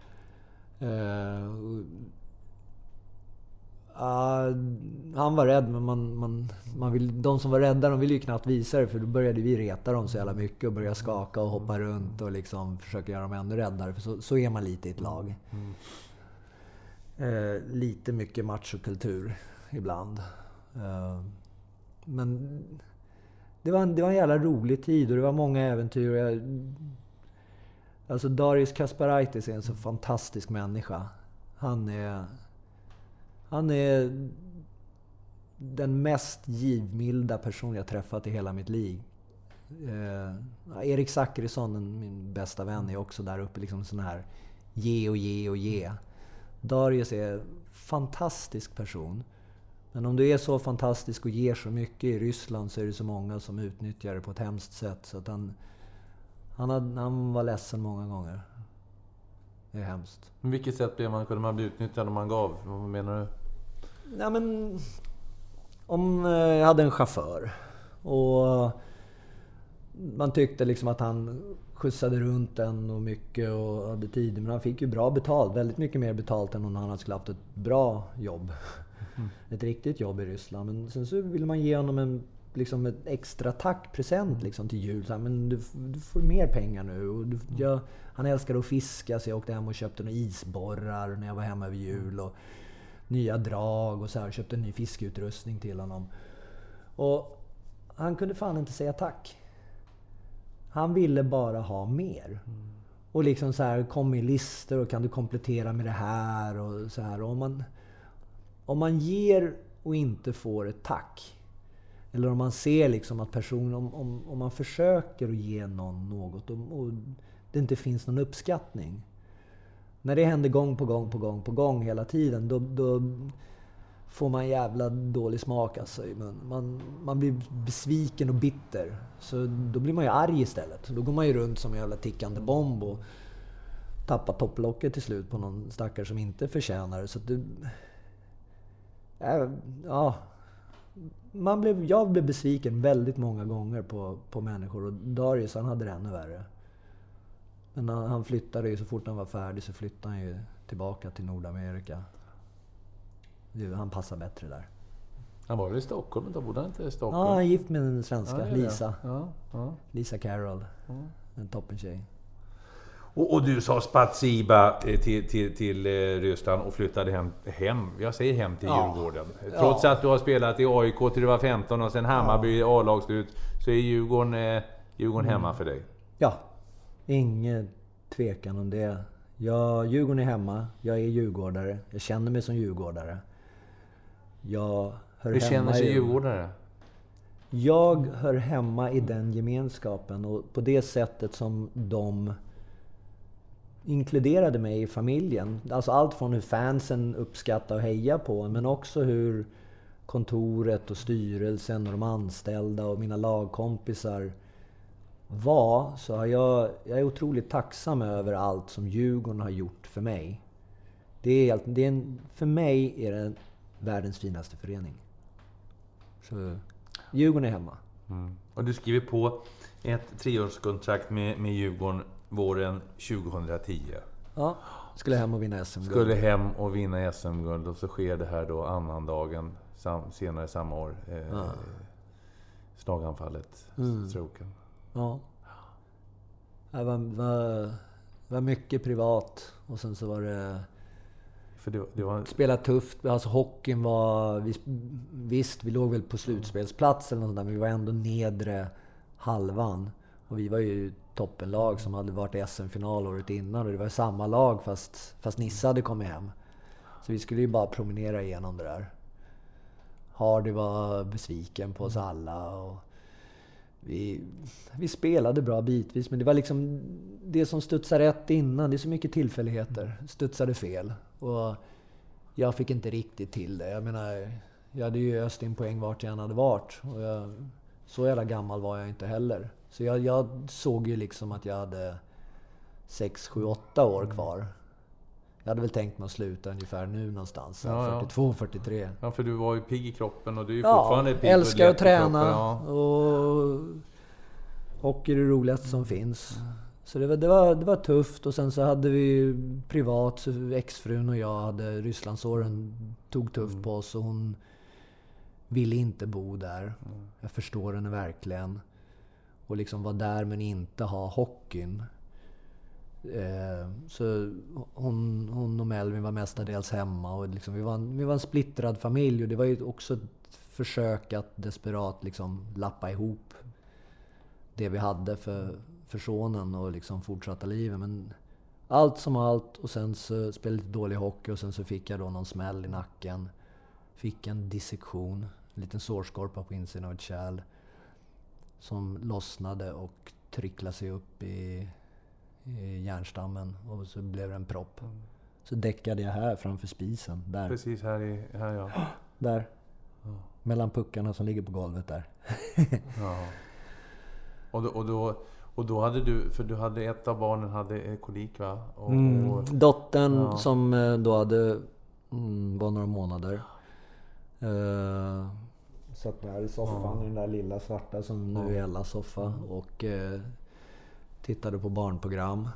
Han var rädd, men de som var rädda, de ville ju knappt visa det, för då började vi reta dem så jävla mycket och börja skaka och hoppa runt och liksom försöka göra dem ännu räddare, för så är man lite i ett lag. Lite mycket machokultur ibland. Men det var en jävla rolig tid och det var många äventyr. Alltså Darius Kasparaitis är en så fantastisk människa. Han är den mest givmilda person jag träffat i hela mitt liv. Erik Zachrisson, min bästa vän, är också där uppe, liksom sån här ge. Darius är en fantastisk person. Men om du är så fantastisk och ger så mycket i Ryssland, så är det så många som utnyttjar det på ett hemskt sätt. Så att han var ledsen många gånger. är hemskt. Men vilket sätt kunde man bli utnyttjad om man gav? Vad menar du? Nej, men om jag hade en chaufför och man tyckte liksom att han skjutsade runt en och mycket och hade tid, men han fick ju bra betalt, väldigt mycket mer betalt än om han skulle haft ett bra jobb. Ett riktigt jobb i Ryssland. Men sen så ville man ge honom liksom ett extra tackpresent liksom till jul. Så här, men du får mer pengar nu. Och han älskade att fiska, så jag åkte hem och köpte några isborrar när jag var hemma över jul. Och nya drag och så här. Köpte en ny fiskeutrustning till honom. Och han kunde fan inte säga tack. Han ville bara ha mer. Och liksom så här, kom i listor och kan du komplettera med det här och så här. Och om man ger och inte får ett tack, eller om man ser liksom att personen, om man försöker att ge något och det inte finns någon uppskattning. När det händer gång på gång hela tiden, då får man jävla dålig smak alltså i munnen. Man blir besviken och bitter. Så då blir man ju arg istället. Då går man ju runt som en jävla tickande bomb och tappar topplocket till slut på någon stackare som inte förtjänar det. Så att jag blev besviken väldigt många gånger på människor, och Darius, han hade det ännu värre. Men han flyttade ju, så fort han var färdig så flyttade han ju tillbaka till Nordamerika. Han passar bättre där. Han var väl i Stockholm, då bodde han inte i Stockholm? Ja, han är gift med en svenska, Lisa. Ja. Lisa Carroll. En toppentjej. Och du sa spatsiba till Ryssland och flyttade hem. Jag säger hem till Djurgården. Trots att du har spelat i AIK till du var 15 och sen Hammarby A-lagslut, så är Djurgården hemma för dig. Ja. Ingen tvekan om det. Djurgården är hemma. Jag är djurgårdare. Jag känner mig som djurgårdare. Hur känner sig djurgårdare? Jag hör hemma i den gemenskapen, och på det sättet som de inkluderade mig i familjen. Alltså allt från hur fansen uppskattar och hejar på, men också hur kontoret och styrelsen och de anställda och mina lagkompisar var. Så jag är otroligt tacksam över allt som Djurgården har gjort för mig. För mig är det världens finaste förening. Så Djurgården är hemma. Och du skriver på ett 3-årskontrakt med Djurgården våren 2010. Ja, skulle hem och vinna SM-guld. Skulle hem och vinna SM-guld, och så sker det här då annandagen senare samma år. Slaganfallet, stroken. Ja. Det var mycket privat, och sen så var det... För det var... Spela tufft. Alltså hockeyn var... Visst, vi låg väl på slutspelsplats eller något sånt där, men vi var ändå nedre halvan. Och vi var ju toppenlag som hade varit i SM-final året innan, och det var samma lag fast Nissa hade kommit hem. Så vi skulle ju bara promenera igenom det där. Hardy var besviken på oss alla, och vi spelade bra bitvis, men det var liksom det som studsade rätt innan. Det är så mycket tillfälligheter. Studsade fel. Och jag fick inte riktigt till det. Jag menar, jag hade ju öst in poäng vart jag än hade varit. Och så jävla gammal var jag inte heller. Så jag såg ju liksom att jag hade 6, 7, 8 år kvar. Jag hade väl tänkt mig att sluta ungefär nu någonstans. 42, 43. Ja, för du var ju pigg i kroppen, och du är ju fortfarande pigg. Älskar att träna. Och hockey är det roligaste som finns. Så det var tufft. Och sen så hade vi privat, så exfrun och jag hade Rysslandsåren, tog tufft på oss, och hon ville inte bo där. Jag förstår henne verkligen. Och liksom var där men inte ha hockeyn. Så hon och Melvin var mestadels hemma, och liksom vi var en splittrad familj, och det var ju också ett försök att desperat liksom lappa ihop det vi hade för sonen och liksom fortsatta livet. Men allt som allt, och sen så spelade lite dålig hockey, och sen så fick jag då någon smäll i nacken. Fick en dissektion, en liten sårskorpa på insidan av ett kärl som lossnade och trycklade sig upp i hjärnstammen, och så blev det en propp. Så däckade jag här framför spisen. Där. Precis här ja. Där. Ja. Mellan puckarna som ligger på golvet där. Ja. Och då hade du hade ett av barnen hade kolik, va? Dottern som då var några månader. Satt där i soffan i den där lilla svarta som nu är Ellas soffa och tittade på barnprogram.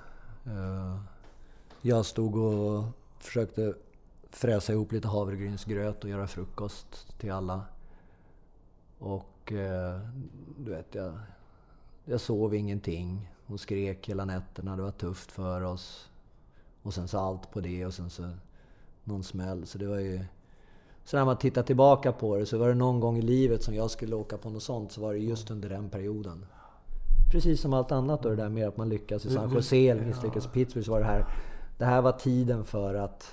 Jag stod och försökte fräsa ihop lite havregrynsgröt och göra frukost till alla. Och du vet, jag sov ingenting och skrek hela nätterna. Det var tufft för oss. Och sen så allt på det och sen så någon smäll. Så det var ju... Så när man tittar tillbaka på det så var det någon gång i livet som jag skulle åka på något sånt, så var det just under den perioden. Precis som allt annat då, det där med att man lyckas i San Jose eller misslyckas i Pittsburgh, så var det här var tiden för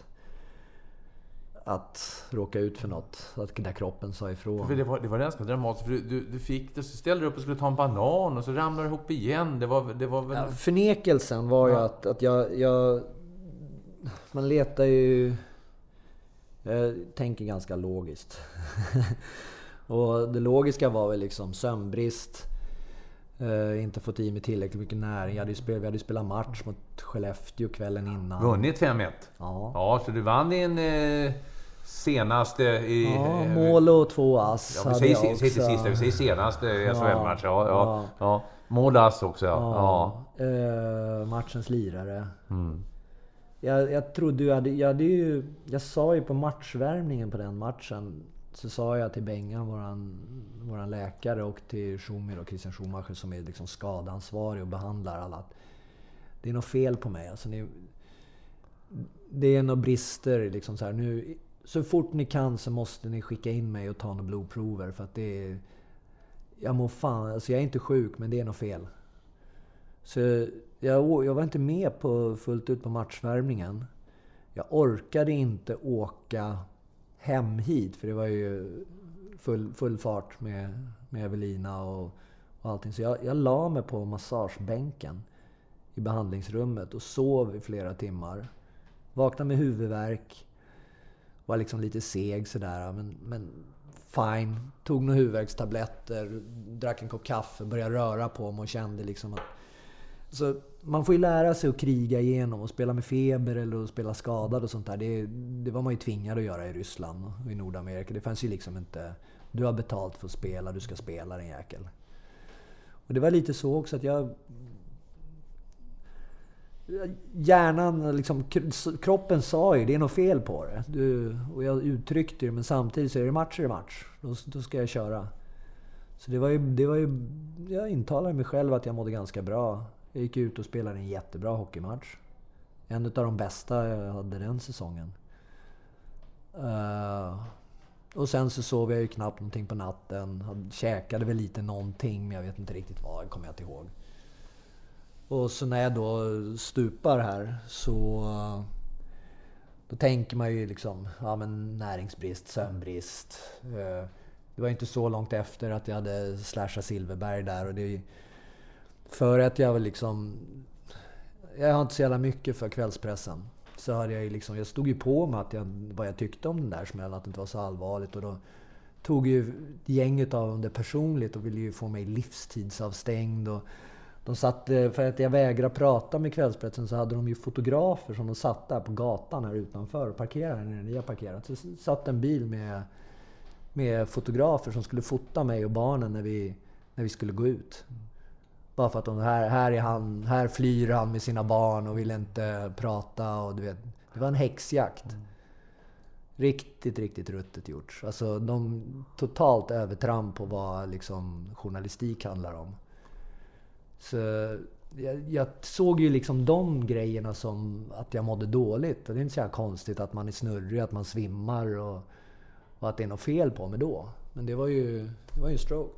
att råka ut för något, att där kroppen sa ifrån. För det var ganska dramatiskt, för du ställde dig upp och skulle ta en banan och så ramlade du ihop igen. Det var väl... Ja, förnekelsen var ju att jag man letar ju... Jag tänker ganska logiskt. Och det logiska var väl liksom sömnbrist. Inte fått i mig tillräckligt mycket näring. Vi hade spelat match mot Skellefteå kvällen innan. Vunnit 5-1. Ja, så du vann din senaste... mål och 2 ass. Ja, vi säger senaste SHL-match. Ja. Mål och ass också. Matchens lirare. Jag trodde jag sa ju på matchvärmningen på den matchen, så sa jag till Bengan, våran läkare, och till Schumir och Christian Schumacher som är liksom skadansvarig och behandlar alla, att det är något fel på mig. Alltså det är några brister liksom så här, nu så fort ni kan så måste ni skicka in mig och ta några blodprover, för att jag mår fan, alltså jag är inte sjuk men det är något fel. Så jag var inte med på fullt ut på matchvärmningen. Jag orkade inte åka hem hit, för det var ju full fart med Evelina och allting. Så jag la mig på massagebänken i behandlingsrummet och sov i flera timmar. Vaknade med huvudvärk. Var liksom lite seg sådär, men fine. Tog några huvudvärkstabletter, drack en kopp kaffe, började röra på mig och kände liksom att... Så man får ju lära sig att kriga igenom och spela med feber eller att spela skadad och sånt där. Det var man ju tvingad att göra i Ryssland och i Nordamerika. Det fanns ju liksom inte... Du har betalt för att spela, du ska spela den jäkel. Och det var lite så också att hjärnan, liksom, kroppen sa ju, det är något fel på det. Och jag uttryckte det, men samtidigt så är det match. Då ska jag köra. Så det var ju, jag intalade mig själv att jag mådde ganska bra. Jag gick ut och spelade en jättebra hockeymatch. En av de bästa jag hade den säsongen. Och sen så sov jag ju knappt någonting på natten. Käkade väl lite någonting, men jag vet inte riktigt vad, kommer jag inte ihåg. Och så när jag då stupar här så... Då tänker man ju liksom, men näringsbrist, sömnbrist. Det var inte så långt efter att jag hade slashat Silverberg där, och det... För att jag var liksom... Jag har inte så jävla mycket för kvällspressen. Så hade jag ju liksom... Jag stod ju på mig vad jag tyckte om den där smällen, att det inte var så allvarligt. Och då tog ju gänget av det personligt och ville ju få mig livstidsavstängd. Och de satt... För att jag vägrade prata med kvällspressen så hade de ju fotografer som de satt där på gatan här utanför och parkerade när jag parkerat. Så satt en bil med fotografer som skulle fota mig och barnen när vi skulle gå ut. Bara för att här flyr han med sina barn och vill inte prata, och du vet, det var en häxjakt. Riktigt, riktigt ruttet gjort. Alltså de totalt övertramp på vad liksom journalistik handlar om. Så jag såg ju liksom de grejerna som att jag mådde dåligt. Och det är inte så här konstigt att man är snurrig, att man svimmar och att det är något fel på mig då. Men det var ju en stroke.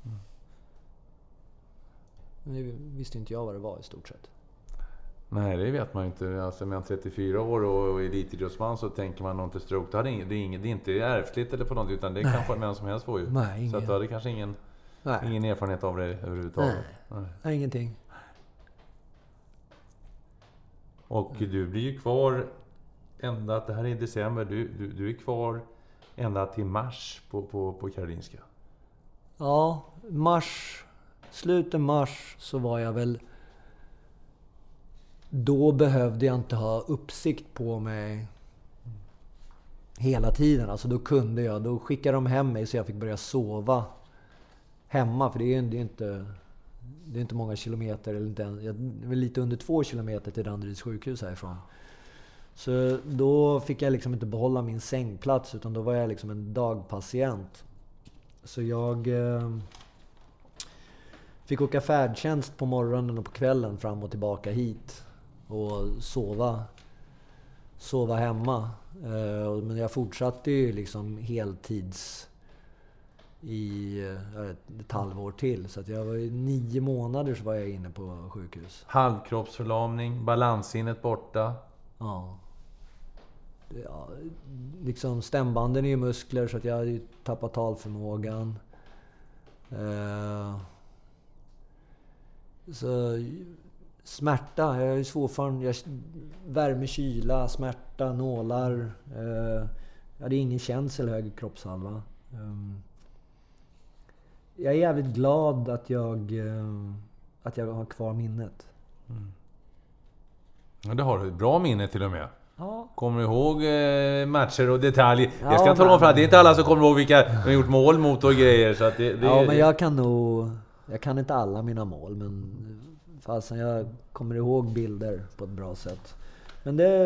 Men det visste inte jag vad det var i stort sett. Nej, det vet man inte. Alltså med 34 år och elitidrottsman så tänker man nog inte stroke. Det är inte ärftligt eller på något, utan det kan få vem som helst få ju. Nej, så att du hade kanske ingen erfarenhet av det överhuvudtaget. Nej, ingenting. Och du blir ju kvar ända, det här är i december, du är kvar ända till mars på Karolinska. Ja, mars slutet mars så var jag väl... Då behövde jag inte ha uppsikt på mig hela tiden. Alltså då skickade de hem mig så jag fick börja sova hemma. För det är inte många kilometer, eller inte ens, det var lite under 2 kilometer till Danderyds sjukhus härifrån. Så då fick jag liksom inte behålla min sängplats, utan då var jag liksom en dagpatient. Så jag fick åka färdtjänst på morgonen och på kvällen fram och tillbaka hit. Och sova hemma. Men jag fortsatte ju liksom heltids i ett halvår till. Så att jag var 9 månader så var jag inne på sjukhus. Halvkroppsförlamning, balanssinnet borta. Ja. Liksom stämbanden är ju muskler så att jag hade ju tappat talförmågan. Så smärta, jag är ju svårform. Värme, kyla, smärta, nålar. Jag hade ingen känsel hög kroppshalva. Jag är jävligt glad att jag har kvar minnet. Ja, det har du. Bra minne till och med. Ja. Kommer du ihåg matcher och detaljer? Ja, jag ska tala om för att det är inte alla som kommer ihåg vilka de har gjort mål mot och grejer. Så att men jag kan inte alla mina mål, men fastän jag kommer ihåg bilder på ett bra sätt. Men det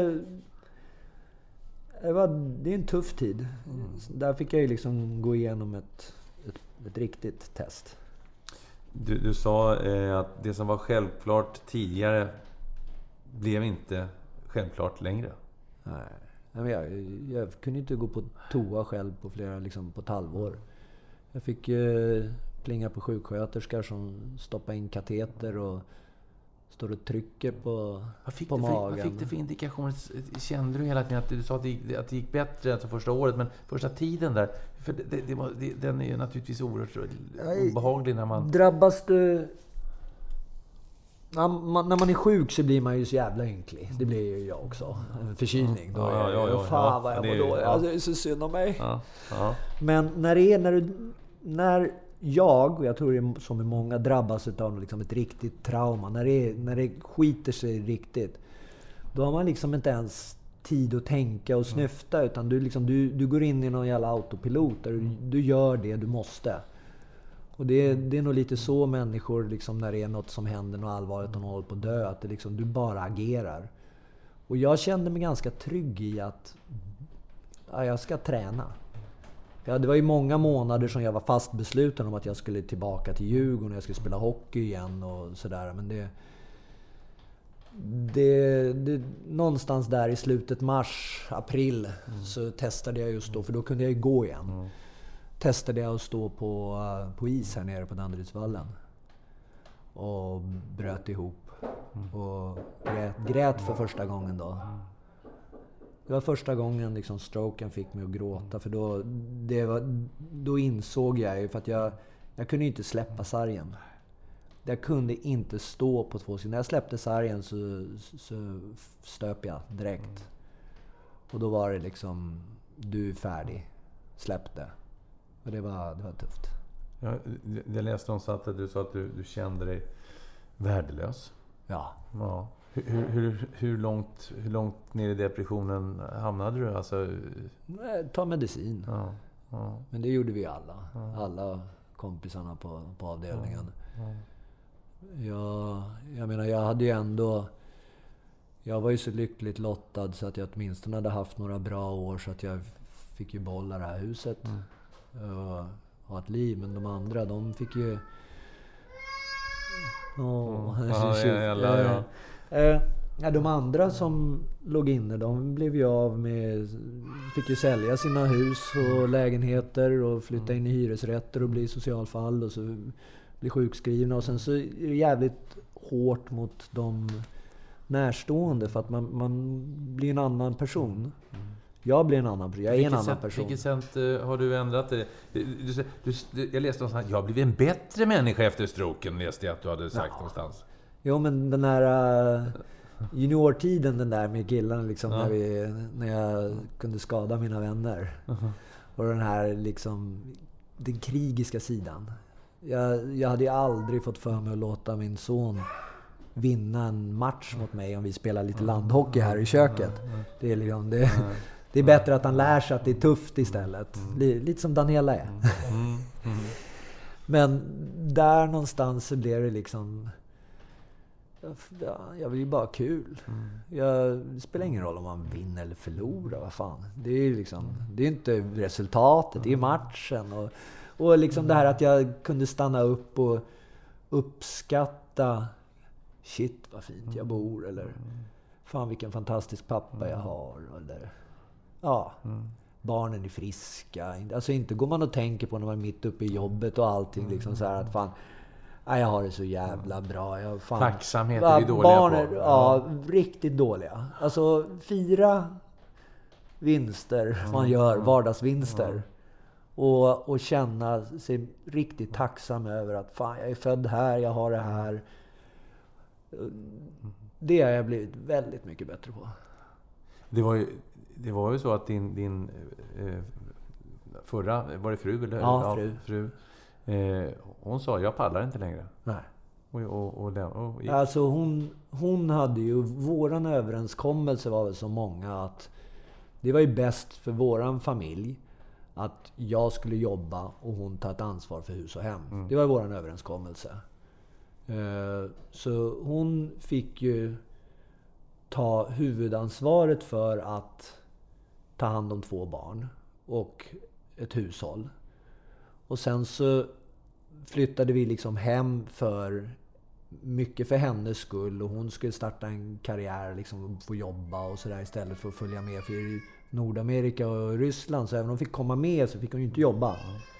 är en tuff tid. Där fick jag ju liksom gå igenom ett riktigt test. Du sa att det som var självklart tidigare blev inte självklart längre. Nej, men jag kunde inte gå på toa själv på på ett halvår. Jag fick plinga på sjuksköterskor som stoppade in kateter och står och trycker på magen. Vad fick du för indikationer? Kände du hela tiden att du sa att det gick bättre än första året, men första tiden där, för den är ju naturligtvis oerhört obehaglig när man... Drabbas du... När man är sjuk så blir man ju så jävla ynklig. Det blir ju jag också. En förkylning. Då fan vad jag mår dåligt. Alltså, det är så synd om mig. Ja. Men när jag, och jag tror det är som med många, drabbas av liksom ett riktigt trauma. När det skiter sig riktigt. Då har man liksom inte ens tid att tänka och snyfta. Utan du går in i någon jävla autopilot. Där du gör det du måste. Och det är nog lite så människor, liksom, när det är något som händer, något allvarligt och någon håller på att dö, att det liksom, du bara agerar. Och jag kände mig ganska trygg i att jag ska träna. Det var ju många månader som jag var fast besluten om att jag skulle tillbaka till Djurgården och jag skulle spela hockey igen och sådär. Men det någonstans där i slutet mars, april så testade jag just då, för då kunde jag ju gå igen. Testade jag att stå på is här nere på Danderydsvallen. Och bröt ihop. Och grät för första gången då. Det var första gången liksom stroken fick mig att gråta. För då insåg jag ju, för att jag kunde inte släppa sargen. Jag kunde inte stå på 2 sidor. När jag släppte sargen så stöp jag direkt. Och då var det liksom, du är färdig. Släpp det. Och det var tufft. Jag läste någonstans att du sa att du kände dig värdelös. Ja. Hur långt ner i depressionen hamnade du? Alltså... Ta medicin. Ja. Men det gjorde vi alla. Alla kompisarna på avdelningen. Jag menar, jag hade ju ändå... Jag var ju så lyckligt lottad så att jag åtminstone hade haft några bra år så att jag fick ju behålla det här huset. Och ha ett liv. Men de andra, de fick ju... De andra som låg inne, de blev ju av med... Fick ju sälja sina hus och lägenheter och flytta in i hyresrätter och bli socialfall och så bli sjukskrivna. Och sen så är det jävligt hårt mot de närstående för att man blir en annan person. Jag blir en annan person. Jag är en annan person. Vilket sätt har du ändrat det? Jag läste någonstans att jag har blivit en bättre människa efter stroken, läste jag att du hade sagt någonstans. Jo, men den här juniortiden, den där med killarna liksom, när jag kunde skada mina vänner. Och den här liksom den krigiska sidan. Jag hade ju aldrig fått för mig att låta min son vinna en match mot mig om vi spelar lite landhockey här i köket. Det är liksom, det är bättre att han lär sig att det är tufft istället. Lite som Daniela är. Men där någonstans så blev det liksom... jag vill ju bara kul. Det spelar ingen roll om man vinner eller förlorar. Vad fan. Det är liksom, det är inte resultatet, det är matchen. Och liksom det här att jag kunde stanna upp och uppskatta... Shit, vad fint jag bor. Eller fan, vilken fantastisk pappa jag har. Eller... Ja, barnen är friska. Alltså inte går man och tänker på när man är mitt uppe i jobbet och allting. Liksom så här att fan, jag har det så jävla bra. Tacksamhet är vi dåliga på. Ja, riktigt dåliga. Alltså 4 vinster man gör, vardagsvinster. Och känna sig riktigt tacksam över att fan, jag är född här, jag har det här. Det har jag blivit väldigt mycket bättre på. Det var ju så att din förra, var det fru eller? Ja, fru. Hon sa, jag pallar inte längre. Nej. Och alltså hon hade ju, våran överenskommelse var väl så många att det var ju bäst för våran familj att jag skulle jobba och hon ta ett ansvar för hus och hem. Det var våran överenskommelse. Så hon fick ju ta huvudansvaret för att ta hand om 2 barn och ett hushåll. Och sen så flyttade vi liksom hem för mycket för hennes skull, och hon skulle starta en karriär liksom, och få jobba och sådär istället för att följa med, för i Nordamerika och Ryssland, så även om hon fick komma med så fick hon ju inte jobba.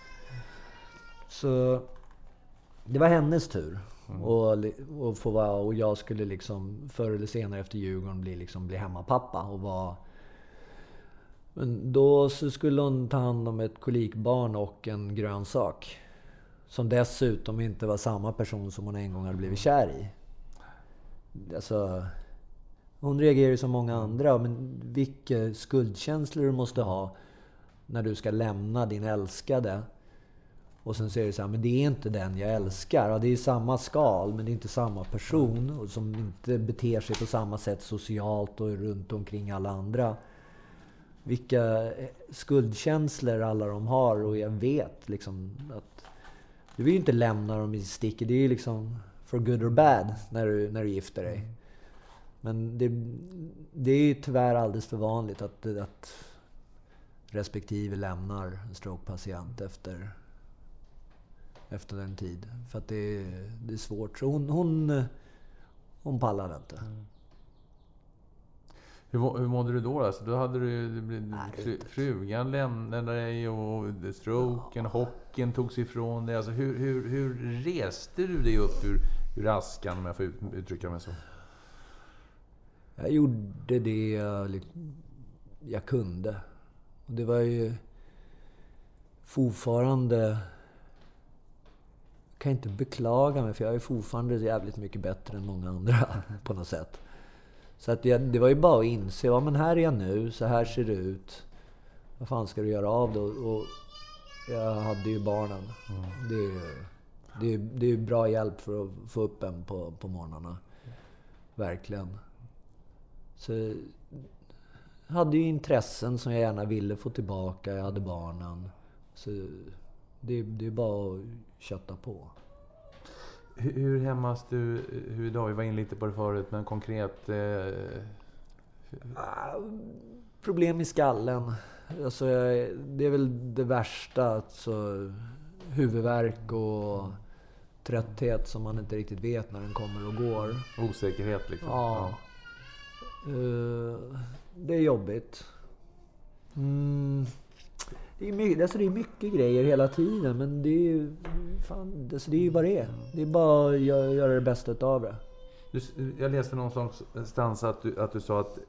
Så det var hennes tur. Och få vara, och jag skulle liksom förr eller senare efter Djurgården bli hemmapappa och vara. Men då så skulle hon ta hand om ett kolikbarn och en grönsak som dessutom inte var samma person som hon en gång hade blivit kär i. Alltså, hon reagerar ju som många andra, men vilka skuldkänslor du måste ha när du ska lämna din älskade. Och sen säger du så här, men det är inte den jag älskar. Ja, det är samma skal, men det är inte samma person. Och som inte beter sig på samma sätt socialt och runt omkring alla andra. Vilka skuldkänslor alla de har. Och jag vet liksom att du vill ju inte lämna dem i sticket. Det är ju liksom for good or bad när du gifter dig. Men det är ju tyvärr alldeles för vanligt att respektive lämnar en strokepatient efter den tid. För att det är svårt. Så hon pallar inte. Hur mådde du då? Alltså, då hade frugan lämnade dig och stroken, hockeyn togs ifrån dig. Alltså, hur reste du dig upp ur askan, om jag får uttrycka mig så? Jag gjorde det jag kunde. Och det var ju fortfarande... Jag kan inte beklaga mig, för jag är fortfarande jävligt mycket bättre än många andra på något sätt. Så att det var ju bara att inse, ja men här är jag nu, så här ser det ut. Vad fan ska du göra av det? Och jag hade ju barnen. Det är ju bra hjälp för att få upp en på morgnarna. Verkligen. Så jag hade ju intressen som jag gärna ville få tillbaka. Jag hade barnen. Så det är bara att kötta på. Hur hämmas du idag? Vi var in lite på det förut, men konkret... Problem i skallen. Alltså, det är väl det värsta. Alltså, huvudvärk och trötthet som man inte riktigt vet när den kommer och går. Osäkerhet liksom. Ja. Det är jobbigt. Det är mycket grejer hela tiden, men det är ju vad det är. Det är bara att göra det bästa av det. Jag läste någonstans att du sa att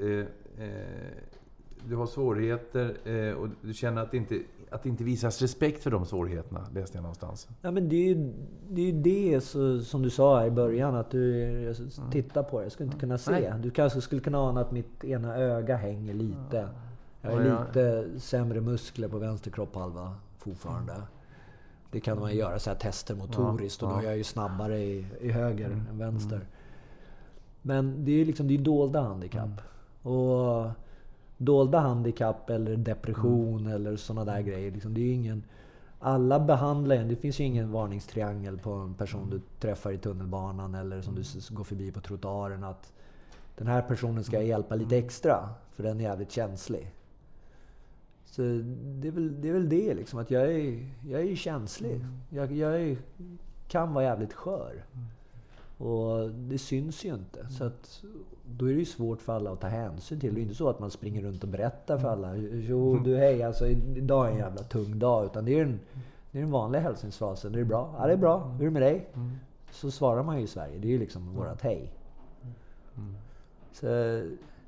du har svårigheter och du känner att det inte visas respekt för de svårigheterna, läste jag någonstans. Ja, men det är ju det som du sa i början, att du tittar på det. Jag skulle inte kunna se. Nej. Du kanske skulle kunna ana att mitt ena öga hänger lite. Jag har lite sämre muskler på vänster kropphalva fortfarande. Det kan man göra så här tester motoriskt och då är jag ju snabbare i höger än vänster. Men det är ju liksom, det är dolda handikapp. Och dolda handikapp eller depression eller såna där grejer. Liksom, det är ju ingen... Alla behandlar en. Det finns ju ingen varningstriangel på en person du träffar i tunnelbanan eller som du går förbi på trottoaren att den här personen ska hjälpa lite extra för den är jävligt känslig. Så det är väl det liksom, att jag är ju känslig. Jag kan vara jävligt skör. Och det syns ju inte. Så att då är det ju svårt för alla att ta hänsyn till. Det är inte så att man springer runt och berättar för alla. Jo, du hej, alltså idag är en jävla tung dag. Utan det är den vanliga hälsningsfasen. Det är bra. Ja, det är bra. Hur är det med dig? Så svarar man ju i Sverige. Det är ju liksom vårat hej. Så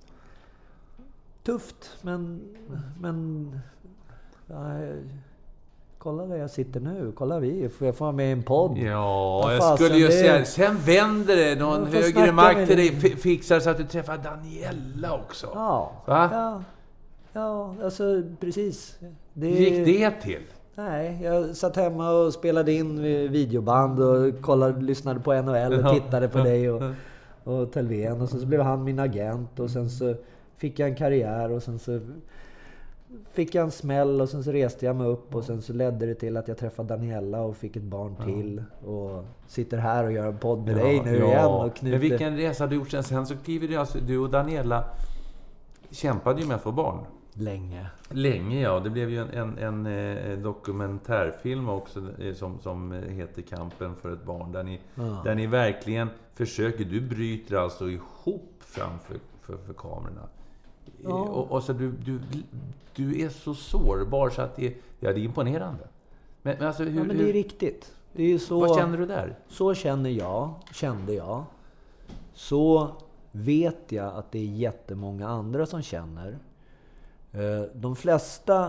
tufft, men ja, kolla där jag sitter nu. Kolla får jag få med en podd? Ja, jag skulle ju säga. Sen vänder det. Någon högre makt till dig fixar så att du träffar Daniela också. Ja, alltså precis. Hur gick det till? Nej, jag satt hemma och spelade in videoband och lyssnade på NHL och tittade på dig och Telven. Och så blev han min agent och sen så fick jag en karriär och sen så fick jag en smäll och sen så reste jag mig upp och sen så ledde det till att jag träffade Daniela och fick ett barn till och sitter här och gör en podd med dig nu igen och knyter. Men vilken resa du gjort sen så kliver du, alltså, du och Daniela kämpade ju med att få barn. Länge, ja. Det blev ju en dokumentärfilm också som heter Kampen för ett barn där ni verkligen försöker, du bryter alltså ihop framför kamerorna. Och så du är så sårbar så att det är imponerande. Men alltså men det är riktigt. Det är ju så. Vad känner du där? Så kände jag. Så vet jag att det är jättemånga andra som känner. De flesta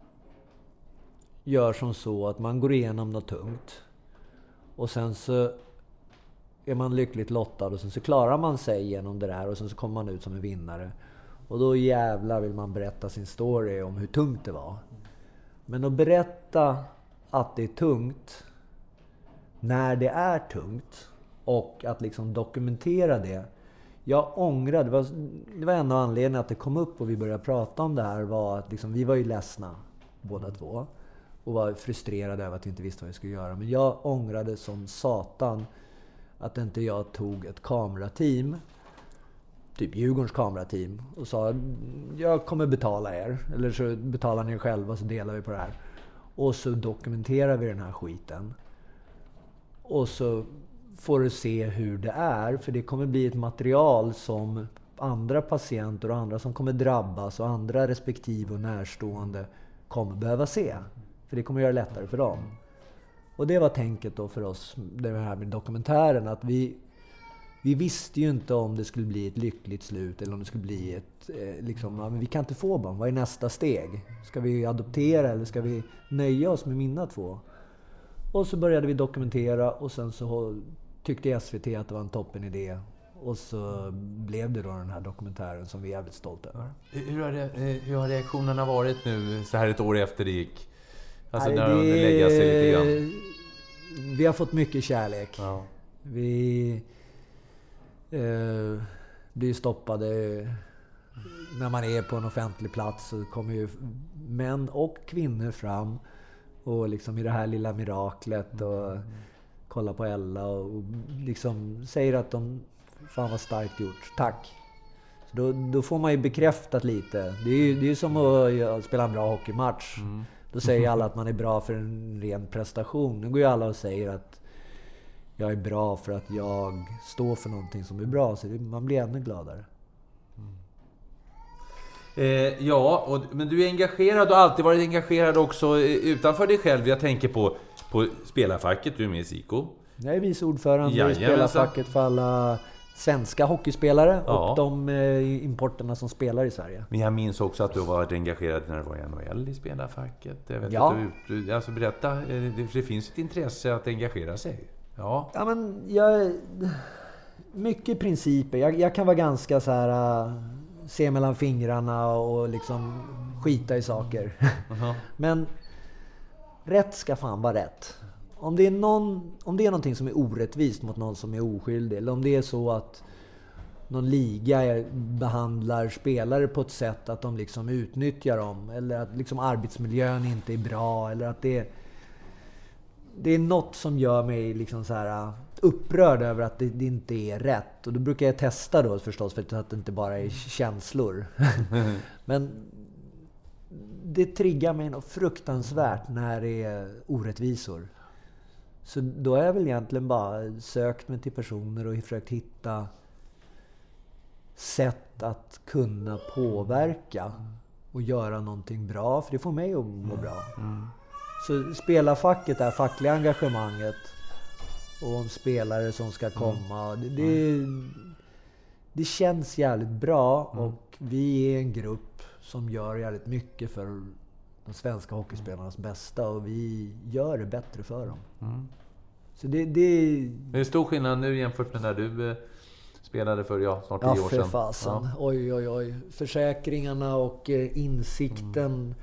gör som så att man går igenom något tungt och sen så är man lyckligt lottad och sen så klarar man sig genom det där och sen så kommer man ut som en vinnare. Och då jävlar vill man berätta sin story om hur tungt det var. Men att berätta att det är tungt när det är tungt och att liksom dokumentera det. Jag ångrade, det var en av anledningarna att det kom upp och vi började prata om det här var att liksom, vi var ju ledsna båda två och var frustrerade över att vi inte visste vad vi skulle göra. Men jag ångrade som satan att inte jag tog ett kamerateam, typ Djurgårdens kamerateam, och sa jag kommer betala er, eller så betalar ni själva så delar vi på det här. Och så dokumenterar vi den här skiten. Och så får du se hur det är, för det kommer bli ett material som andra patienter och andra som kommer drabbas och andra respektive och närstående kommer behöva se. För det kommer göra det lättare för dem. Och det var tänket då för oss, det här med dokumentären, att vi visste ju inte om det skulle bli ett lyckligt slut eller om det skulle bli ett liksom, men vi kan inte få barn, vad är nästa steg? Ska vi adoptera eller ska vi nöja oss med mina två? Och så började vi dokumentera och sen så tyckte SVT att det var en toppen idé. Och så blev det då den här dokumentären som vi är jävligt stolta över. Hur har reaktionerna varit nu så här ett år efter det gick? Alltså när det lägger sig lite grann. Vi har fått mycket kärlek. Ja. Vi blir stoppade när man är på en offentlig plats, så kommer ju män och kvinnor fram och liksom i det här lilla miraklet och kollar på Ella och liksom säger att de fan vad starkt gjort, tack. Så då får man ju bekräftat lite. Det är ju som att spela en bra hockeymatch. Då säger alla att man är bra för en ren prestation. Nu går ju alla och säger att jag är bra för att jag står för någonting som är bra. Så man blir ännu gladare. Men du är engagerad och har alltid varit engagerad också utanför dig själv. Jag tänker på spelarfacket, du är med i SIKO. Jag är vice ordförande i spelarfacket för alla svenska hockeyspelare och de importerna som spelar i Sverige. Men jag minns också att du var engagerad när du var i NHL i spelarfacket. Jag vet alltså berätta, det finns ett intresse att engagera sig. Ja men mycket principer. Jag kan vara ganska så här se mellan fingrarna och liksom skita i saker. Men rätt ska fan vara rätt. om det är någonting som är orättvist mot någon som är oskyldig, eller om det är så att någon liga behandlar spelare på ett sätt att de liksom utnyttjar dem, eller att liksom arbetsmiljön inte är bra, eller att det är något som gör mig liksom så här upprörd över att det inte är rätt. Och då brukar jag testa då förstås, för att det inte bara är känslor. Men det triggar mig något fruktansvärt när det är orättvisor. Så då har jag väl egentligen bara sökt mig till personer och försökt hitta sätt att kunna påverka och göra någonting bra, för det får mig att må bra. Så spelarfacket, det här fackliga engagemanget och om spelare som ska komma, det känns jävligt bra, och vi är en grupp som gör jävligt mycket för de svenska hockeyspelarnas bästa, och vi gör det bättre för dem. Så det är stor skillnad nu jämfört med när du spelade för snart 10 år sedan. För fasen. Ja. Oj. Försäkringarna och insikten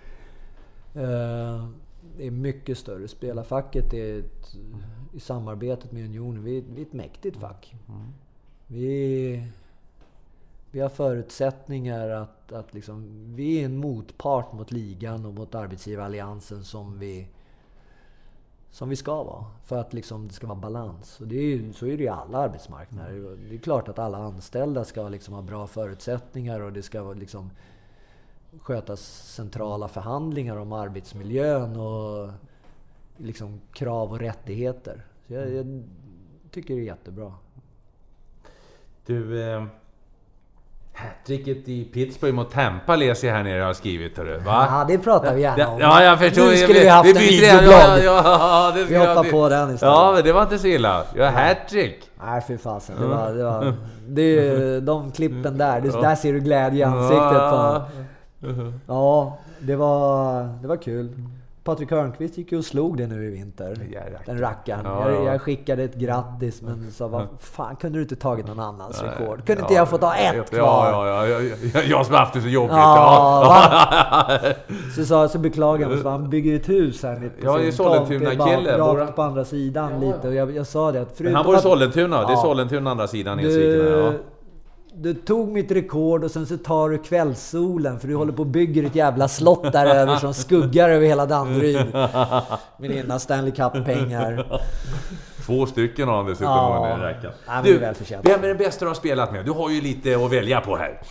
är mycket större. Spelarfacket är i samarbetet med unionen. Vi är ett mäktigt fack. Vi har förutsättningar att liksom, vi är en motpart mot ligan och mot arbetsgivaralliansen som vi ska vara, för att liksom det ska vara balans. Och så är det i alla arbetsmarknader. Det är klart att alla anställda ska liksom ha bra förutsättningar, och det ska liksom skötas centrala förhandlingar om arbetsmiljön och liksom krav och rättigheter. Så jag tycker det är jättebra. Du, hattricket i Pittsburgh mot Tampa läser jag här nere, jag har skrivit, hörru, va? Ja, det pratar vi gärna om. Ja, jag förstår. Nu skulle vi haft en videoblogg. Ja, vi hoppar på den istället. Ja, men det var inte så illa. Jag har hattrick. Nej, för fasen. Det är de klippen där ser du glädje i ansiktet på. Ja, det var kul. Patrik Hörnqvist gick ju och slog det nu i vinter. Den rackaren. Jag skickade ett grattis, men så vad fan, kunde du inte tagit någon annans rekord? Kunde inte jag få ta ett kvar? Jag som haft det så jobbigt. Så beklagar jag. Han bygger ett hus här. Ja, det är Sollentuna-kille. Rakt på andra sidan lite. Och jag sa det. Men han bor i Sollentuna. Det är Sollentuna andra sidan. Du tog mitt rekord, och sen så tar du kvällssolen, för du håller på och bygger ett jävla slott där över som skuggar över hela Danderyd. Med dina Stanley Cup-pengar. 2 stycken av dessutom var den räckan. Du, vem är den bästa du har spelat med? Du har ju lite att välja på här.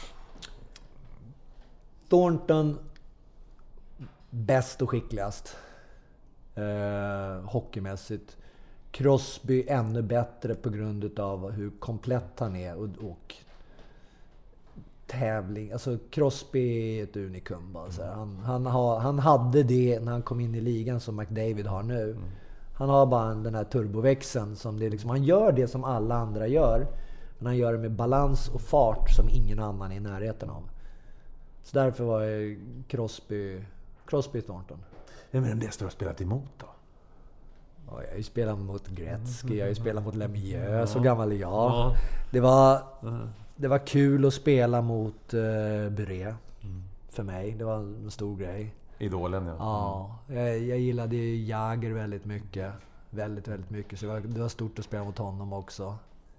Thornton, bäst och skickligast. Hockeymässigt. Crosby ännu bättre på grund av hur komplett han är och tävling. Alltså Crosby är ett unikum bara, så han hade det när han kom in i ligan som McDavid har nu. Han har bara den här turboväxeln som det liksom, han gör det som alla andra gör, men han gör det med balans och fart som ingen annan är i närheten av. Så därför var Crosby Thornton. Vem är den bästa du har spelat emot då? Jag har ju spelat mot Gretzky, jag har ju spelat mot Lemieux, så gammal är jag. Det var kul att spela mot Bure för mig. Det var en stor grej. Idolen, ja. Jag gillade Jagr väldigt mycket. Väldigt, väldigt mycket. Så det var stort att spela mot honom också.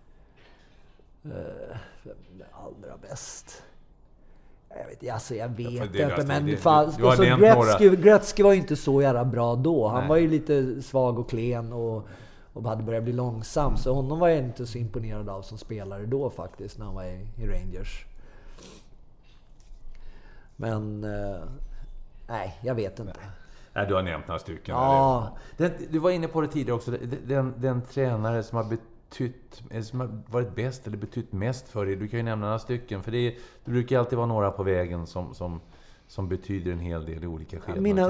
Allra bäst. Jag vet inte, men Gretzky var ju inte så jävla bra då. Han var ju lite svag och klen och hade börjat bli långsam. Så honom var jag inte så imponerad av som spelare då faktiskt, när han var i Rangers. Men nej, jag vet inte. Nej, du har nämnt några stycken. Ja. Du var inne på det tidigare också. Den tränare som har varit bäst eller betytt mest för dig. Du kan ju nämna några stycken. För det brukar alltid vara några på vägen som betyder en hel del i olika skeden. Mina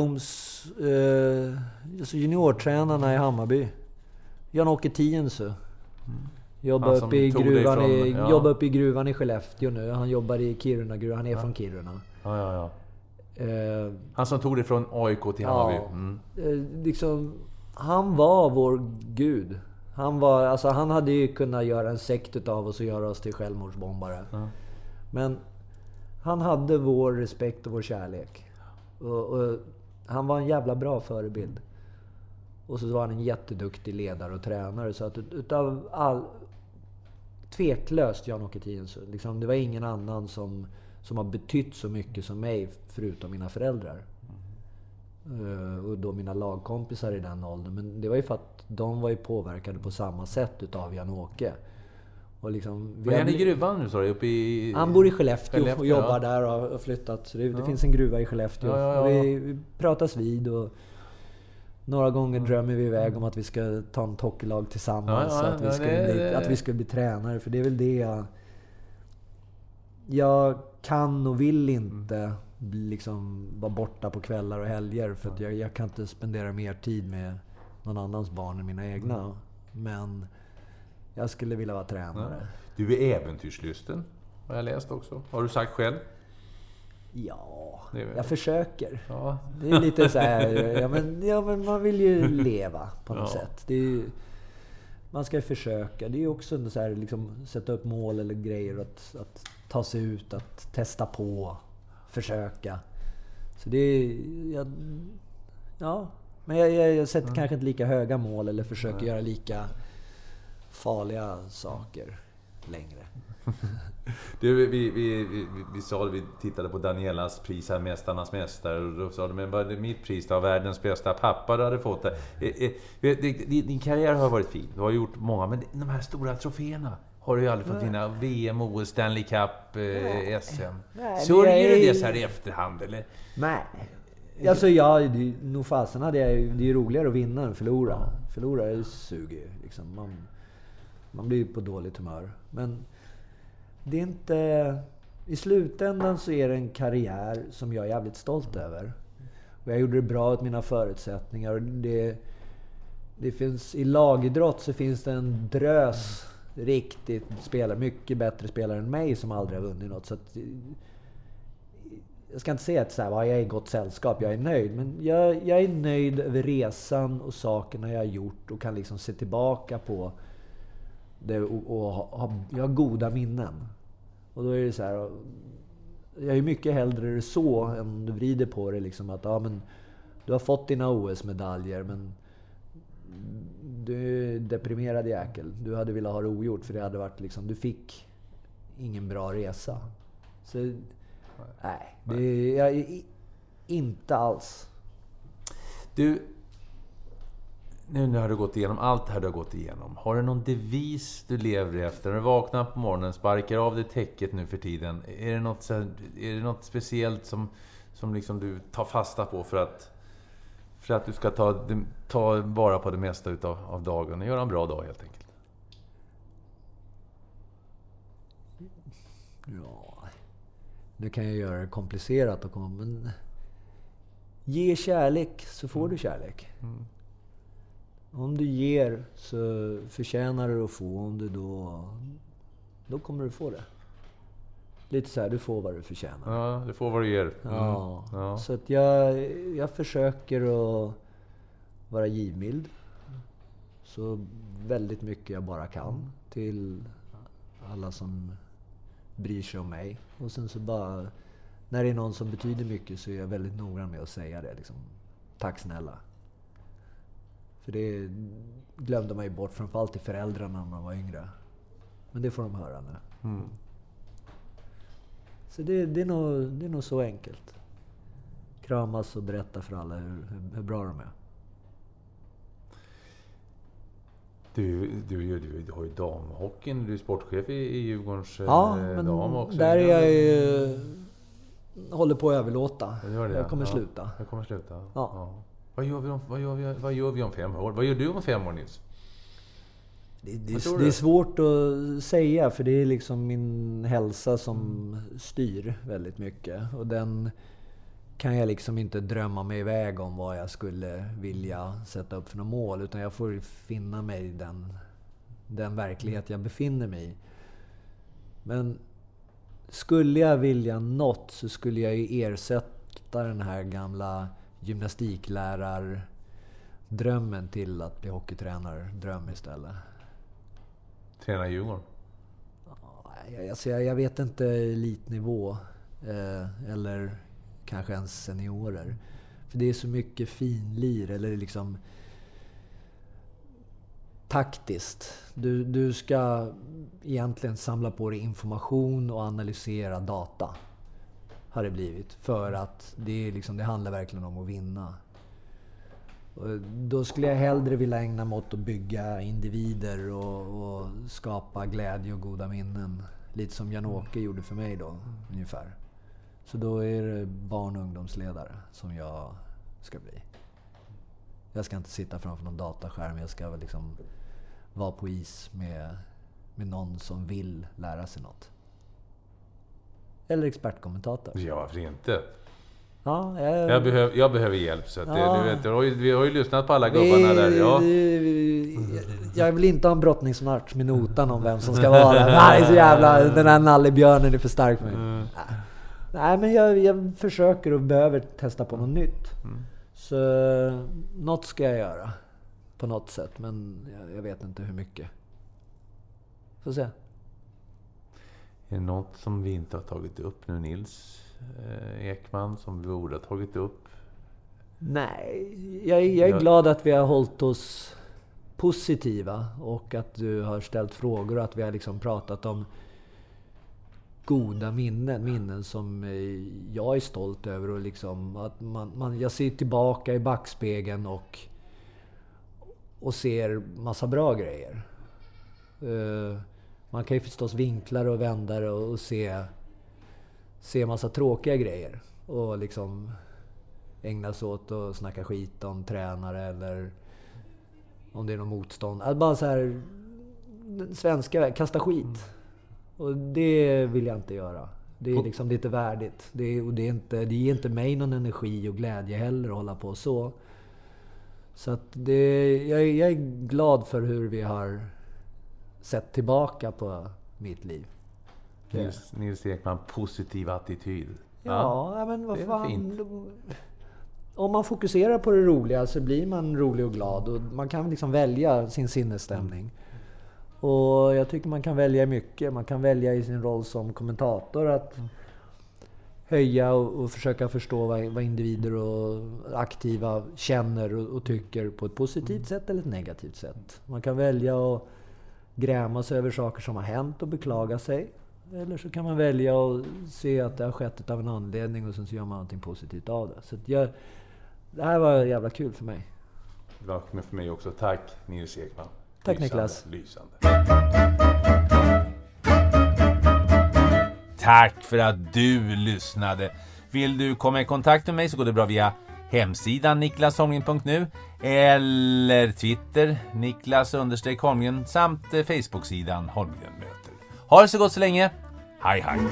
juniortränarna i Hammarby. Jan-Åke Tiensö. Jobbar uppe i gruvan i Skellefteå nu. Han jobbar i Kiruna. Han är från Kiruna. Ja. Han som tog det från AIK till Hammarby. Liksom, han var vår gud. Han hade ju kunnat göra en sekt av oss och göra oss till självmordsbombare. Men han hade vår respekt och vår kärlek. Och han var en jävla bra förebild. Och så var han en jätteduktig ledare och tränare. Så att utav tveklöst Jan-Åke Thiensö. Liksom, det var ingen annan som har betytt så mycket som mig förutom mina föräldrar. Och då mina lagkompisar i den åldern. Men det var ju för att de var ju påverkade på samma sätt utav Jan-Åke. Och liksom, Vad är ni i gruvan nu, sa du? Uppe i... Han bor i Skellefteå och jobbar där och har flyttat. Så det finns en gruva i Skellefteå. Ja. Vi pratas vid och några gånger drömmer vi iväg om att vi ska ta en hockeylag tillsammans. Att vi ska bli tränare. För det är väl det jag kan och vill inte liksom vara borta på kvällar och helger. För att jag kan inte spendera mer tid med någon annans barn än mina egna. Men jag skulle vilja vara tränare. Ja. Du är äventyrslysten, har jag läst också. Har du sagt själv? Ja, jag försöker. Ja. Det är lite så här, ja, men man vill ju leva på något sätt. Det är ju, man ska ju försöka. Det är ju också så här, liksom, sätta upp mål eller grejer. Att ta sig ut, att testa på, försöka. Så det är... Men jag sätter kanske inte lika höga mål eller försöker göra lika farliga saker längre. Du, vi sa att vi tittade på Danielas pris här, Mästarnas mästare, och då sa du, men vad är mitt pris då? Världens bästa pappa du hade fått det. Din karriär har varit fin, du har gjort många, men de här stora troféerna har du ju aldrig fått vinna. VM, OS, Stanley Cup, SM. Sörjer du det så här i efterhand, eller? Nej. Alltså nog fasen hade jag, det är ju roligare att vinna än förlora. Förlora är suger liksom. Man blir ju på dåligt humör. Men det är inte... I slutändan så är det en karriär som jag är jävligt stolt över. Och jag gjorde det bra åt mina förutsättningar. Och det finns, i lagidrott så finns det en drös riktigt spelare, mycket bättre spelare än mig som aldrig har vunnit något. Så att, jag ska inte säga att så här, jag är i gott sällskap, jag är nöjd. Men jag är nöjd över resan och sakerna jag har gjort och kan liksom se tillbaka på det och jag har goda minnen. Och då är det så här, jag är mycket hellre så än du vrider på det liksom att men du har fått dina OS-medaljer, men du är deprimerad jäkel. Du hade velat ha det ogjort, för det hade varit liksom, du fick ingen bra resa. Så nej, det är inte alls. Du, nu har du gått igenom allt det här du har gått igenom. Har du någon devis du lever efter? När du vaknar på morgonen, sparkar av det täcket nu för tiden. Är det något speciellt som liksom du tar fasta på för att du ska ta vara på det mesta av dagen och göra en bra dag helt enkelt? Ja, nu kan jag göra det komplicerat och men ge kärlek så får du kärlek. Om du ger så förtjänar du att få. Om du då kommer du få det. Lite så här, du får vad du förtjänar. Ja, du får vad du ger. Ja. Så att jag försöker att vara givmild. Så väldigt mycket jag bara kan till alla som bryr sig om mig. Och sen så bara, när det är någon som betyder mycket så är jag väldigt noggrann med att säga det. Liksom, tack snälla. För det glömde man ju bort, framförallt till föräldrarna när man var yngre. Men det får de höra nu. Så det är nog så enkelt. Kramas och berätta för alla hur bra de är. Du har ju damhockeyn, du är sportchef i Djurgårdens men dam också. Där är jag ju, håller på att överlåta. Jag kommer sluta. Jag kommer sluta. Ja. Vad gör vi om 5 år? Vad gör du om 5 år, Nils? Det är svårt att säga, för det är liksom min hälsa som styr väldigt mycket. Och den kan jag liksom inte drömma mig iväg om vad jag skulle vilja sätta upp för några mål. Utan jag får finna mig i den verklighet jag befinner mig i. Men skulle jag vilja något så skulle jag ju ersätta den här gamla gymnastiklärardrömmen till att bli hockeytränare-dröm istället. Träna Djurgården? Jag vet inte elitnivå eller kanske ens seniorer. För det är så mycket finlir eller liksom taktiskt. Du ska egentligen samla på dig information och analysera data. Har det blivit. För att det handlar verkligen om att vinna. Och då skulle jag hellre vilja ägna mig åt att bygga individer och skapa glädje och goda minnen. Lite som Jan-Åke gjorde för mig då, ungefär. Så då är det barn- och ungdomsledare som jag ska bli. Jag ska inte sitta framför någon dataskärm. Jag ska liksom vara på is med någon som vill lära sig något. Eller expertkommentator. Ja, varför inte? Ja, jag behöver hjälp. Så att du vet, vi har ju lyssnat på alla gubbarna där. Ja. Jag vill inte ha en brottningsmatch med notan om vem som ska vara där. Nej, så jävla... Den här nallebjörnen är för stark för mig. Nej, men jag försöker och behöver testa på något nytt. Så något ska jag göra. På något sätt. Men jag vet inte hur mycket. Får se. Är det något som vi inte har tagit upp nu, Nils Ekman, som vi borde ha tagit upp? Nej, jag är glad att vi har hållit oss positiva och att du har ställt frågor och att vi har liksom pratat om goda minnen som jag är stolt över och liksom att jag ser tillbaka i backspegeln och ser massa bra grejer. Man kan ju förstås vinkla och vända det och se massa tråkiga grejer och liksom ägna sig åt att snacka skit om tränare eller om det är någon motstånd. Att bara så här svenska, kasta skit. Och det vill jag inte göra. Det är liksom lite värdigt. Det ger inte mig någon energi och glädje heller att hålla på så. Så att jag är glad för hur vi har sett tillbaka på mitt liv. Nils Ekman, positiv attityd. Ja, men vad fan. Fint. Om man fokuserar på det roliga så blir man rolig och glad. Och man kan liksom välja sin sinnesstämning. Och jag tycker man kan välja mycket. Man kan välja i sin roll som kommentator att höja och försöka förstå vad individer och aktiva känner och tycker på ett positivt sätt eller ett negativt sätt. Man kan välja att gräma sig över saker som har hänt och beklaga sig. Eller så kan man välja att se att det har skett av en anledning och sen så gör man någonting positivt av det. Så att det här var jävla kul för mig. Bra för mig också. Tack Nils Ekman. Tack Niklas. Lysande. Tack för att du lyssnade. Vill du komma i kontakt med mig så går det bra via hemsidan niklasholmgren.nu eller Twitter Niklas_Holmgren samt Facebook-sidan Holmgren möter. Ha det så gott så länge. Hej hej.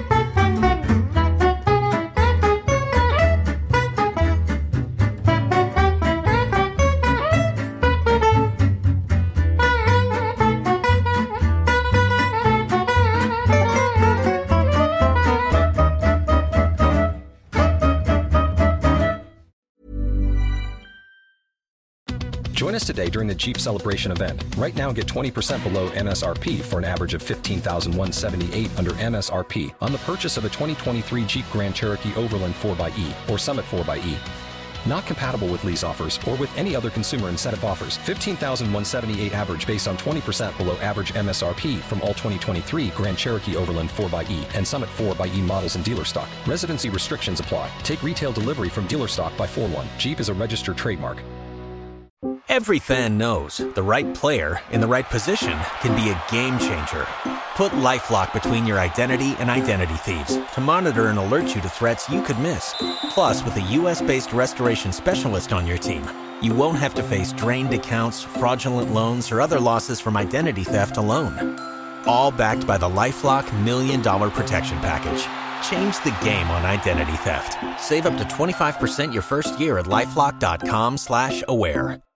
Join us today during the Jeep Celebration event. Right now, get 20% below MSRP for an average of $15,178 under MSRP on the purchase of a 2023 Jeep Grand Cherokee Overland 4xE or Summit 4xE. Not compatible with lease offers or with any other consumer incentive offers. $15,178 average based on 20% below average MSRP from all 2023 Grand Cherokee Overland 4xE and Summit 4xE models in dealer stock. Residency restrictions apply. Take retail delivery from dealer stock by 4/1. Jeep is a registered trademark. Every fan knows the right player in the right position can be a game changer. Put LifeLock between your identity and identity thieves to monitor and alert you to threats you could miss. Plus, with a U.S.-based restoration specialist on your team, you won't have to face drained accounts, fraudulent loans, or other losses from identity theft alone. All backed by the LifeLock $1 Million Protection Package. Change the game on identity theft. Save up to 25% your first year at LifeLock.com/aware.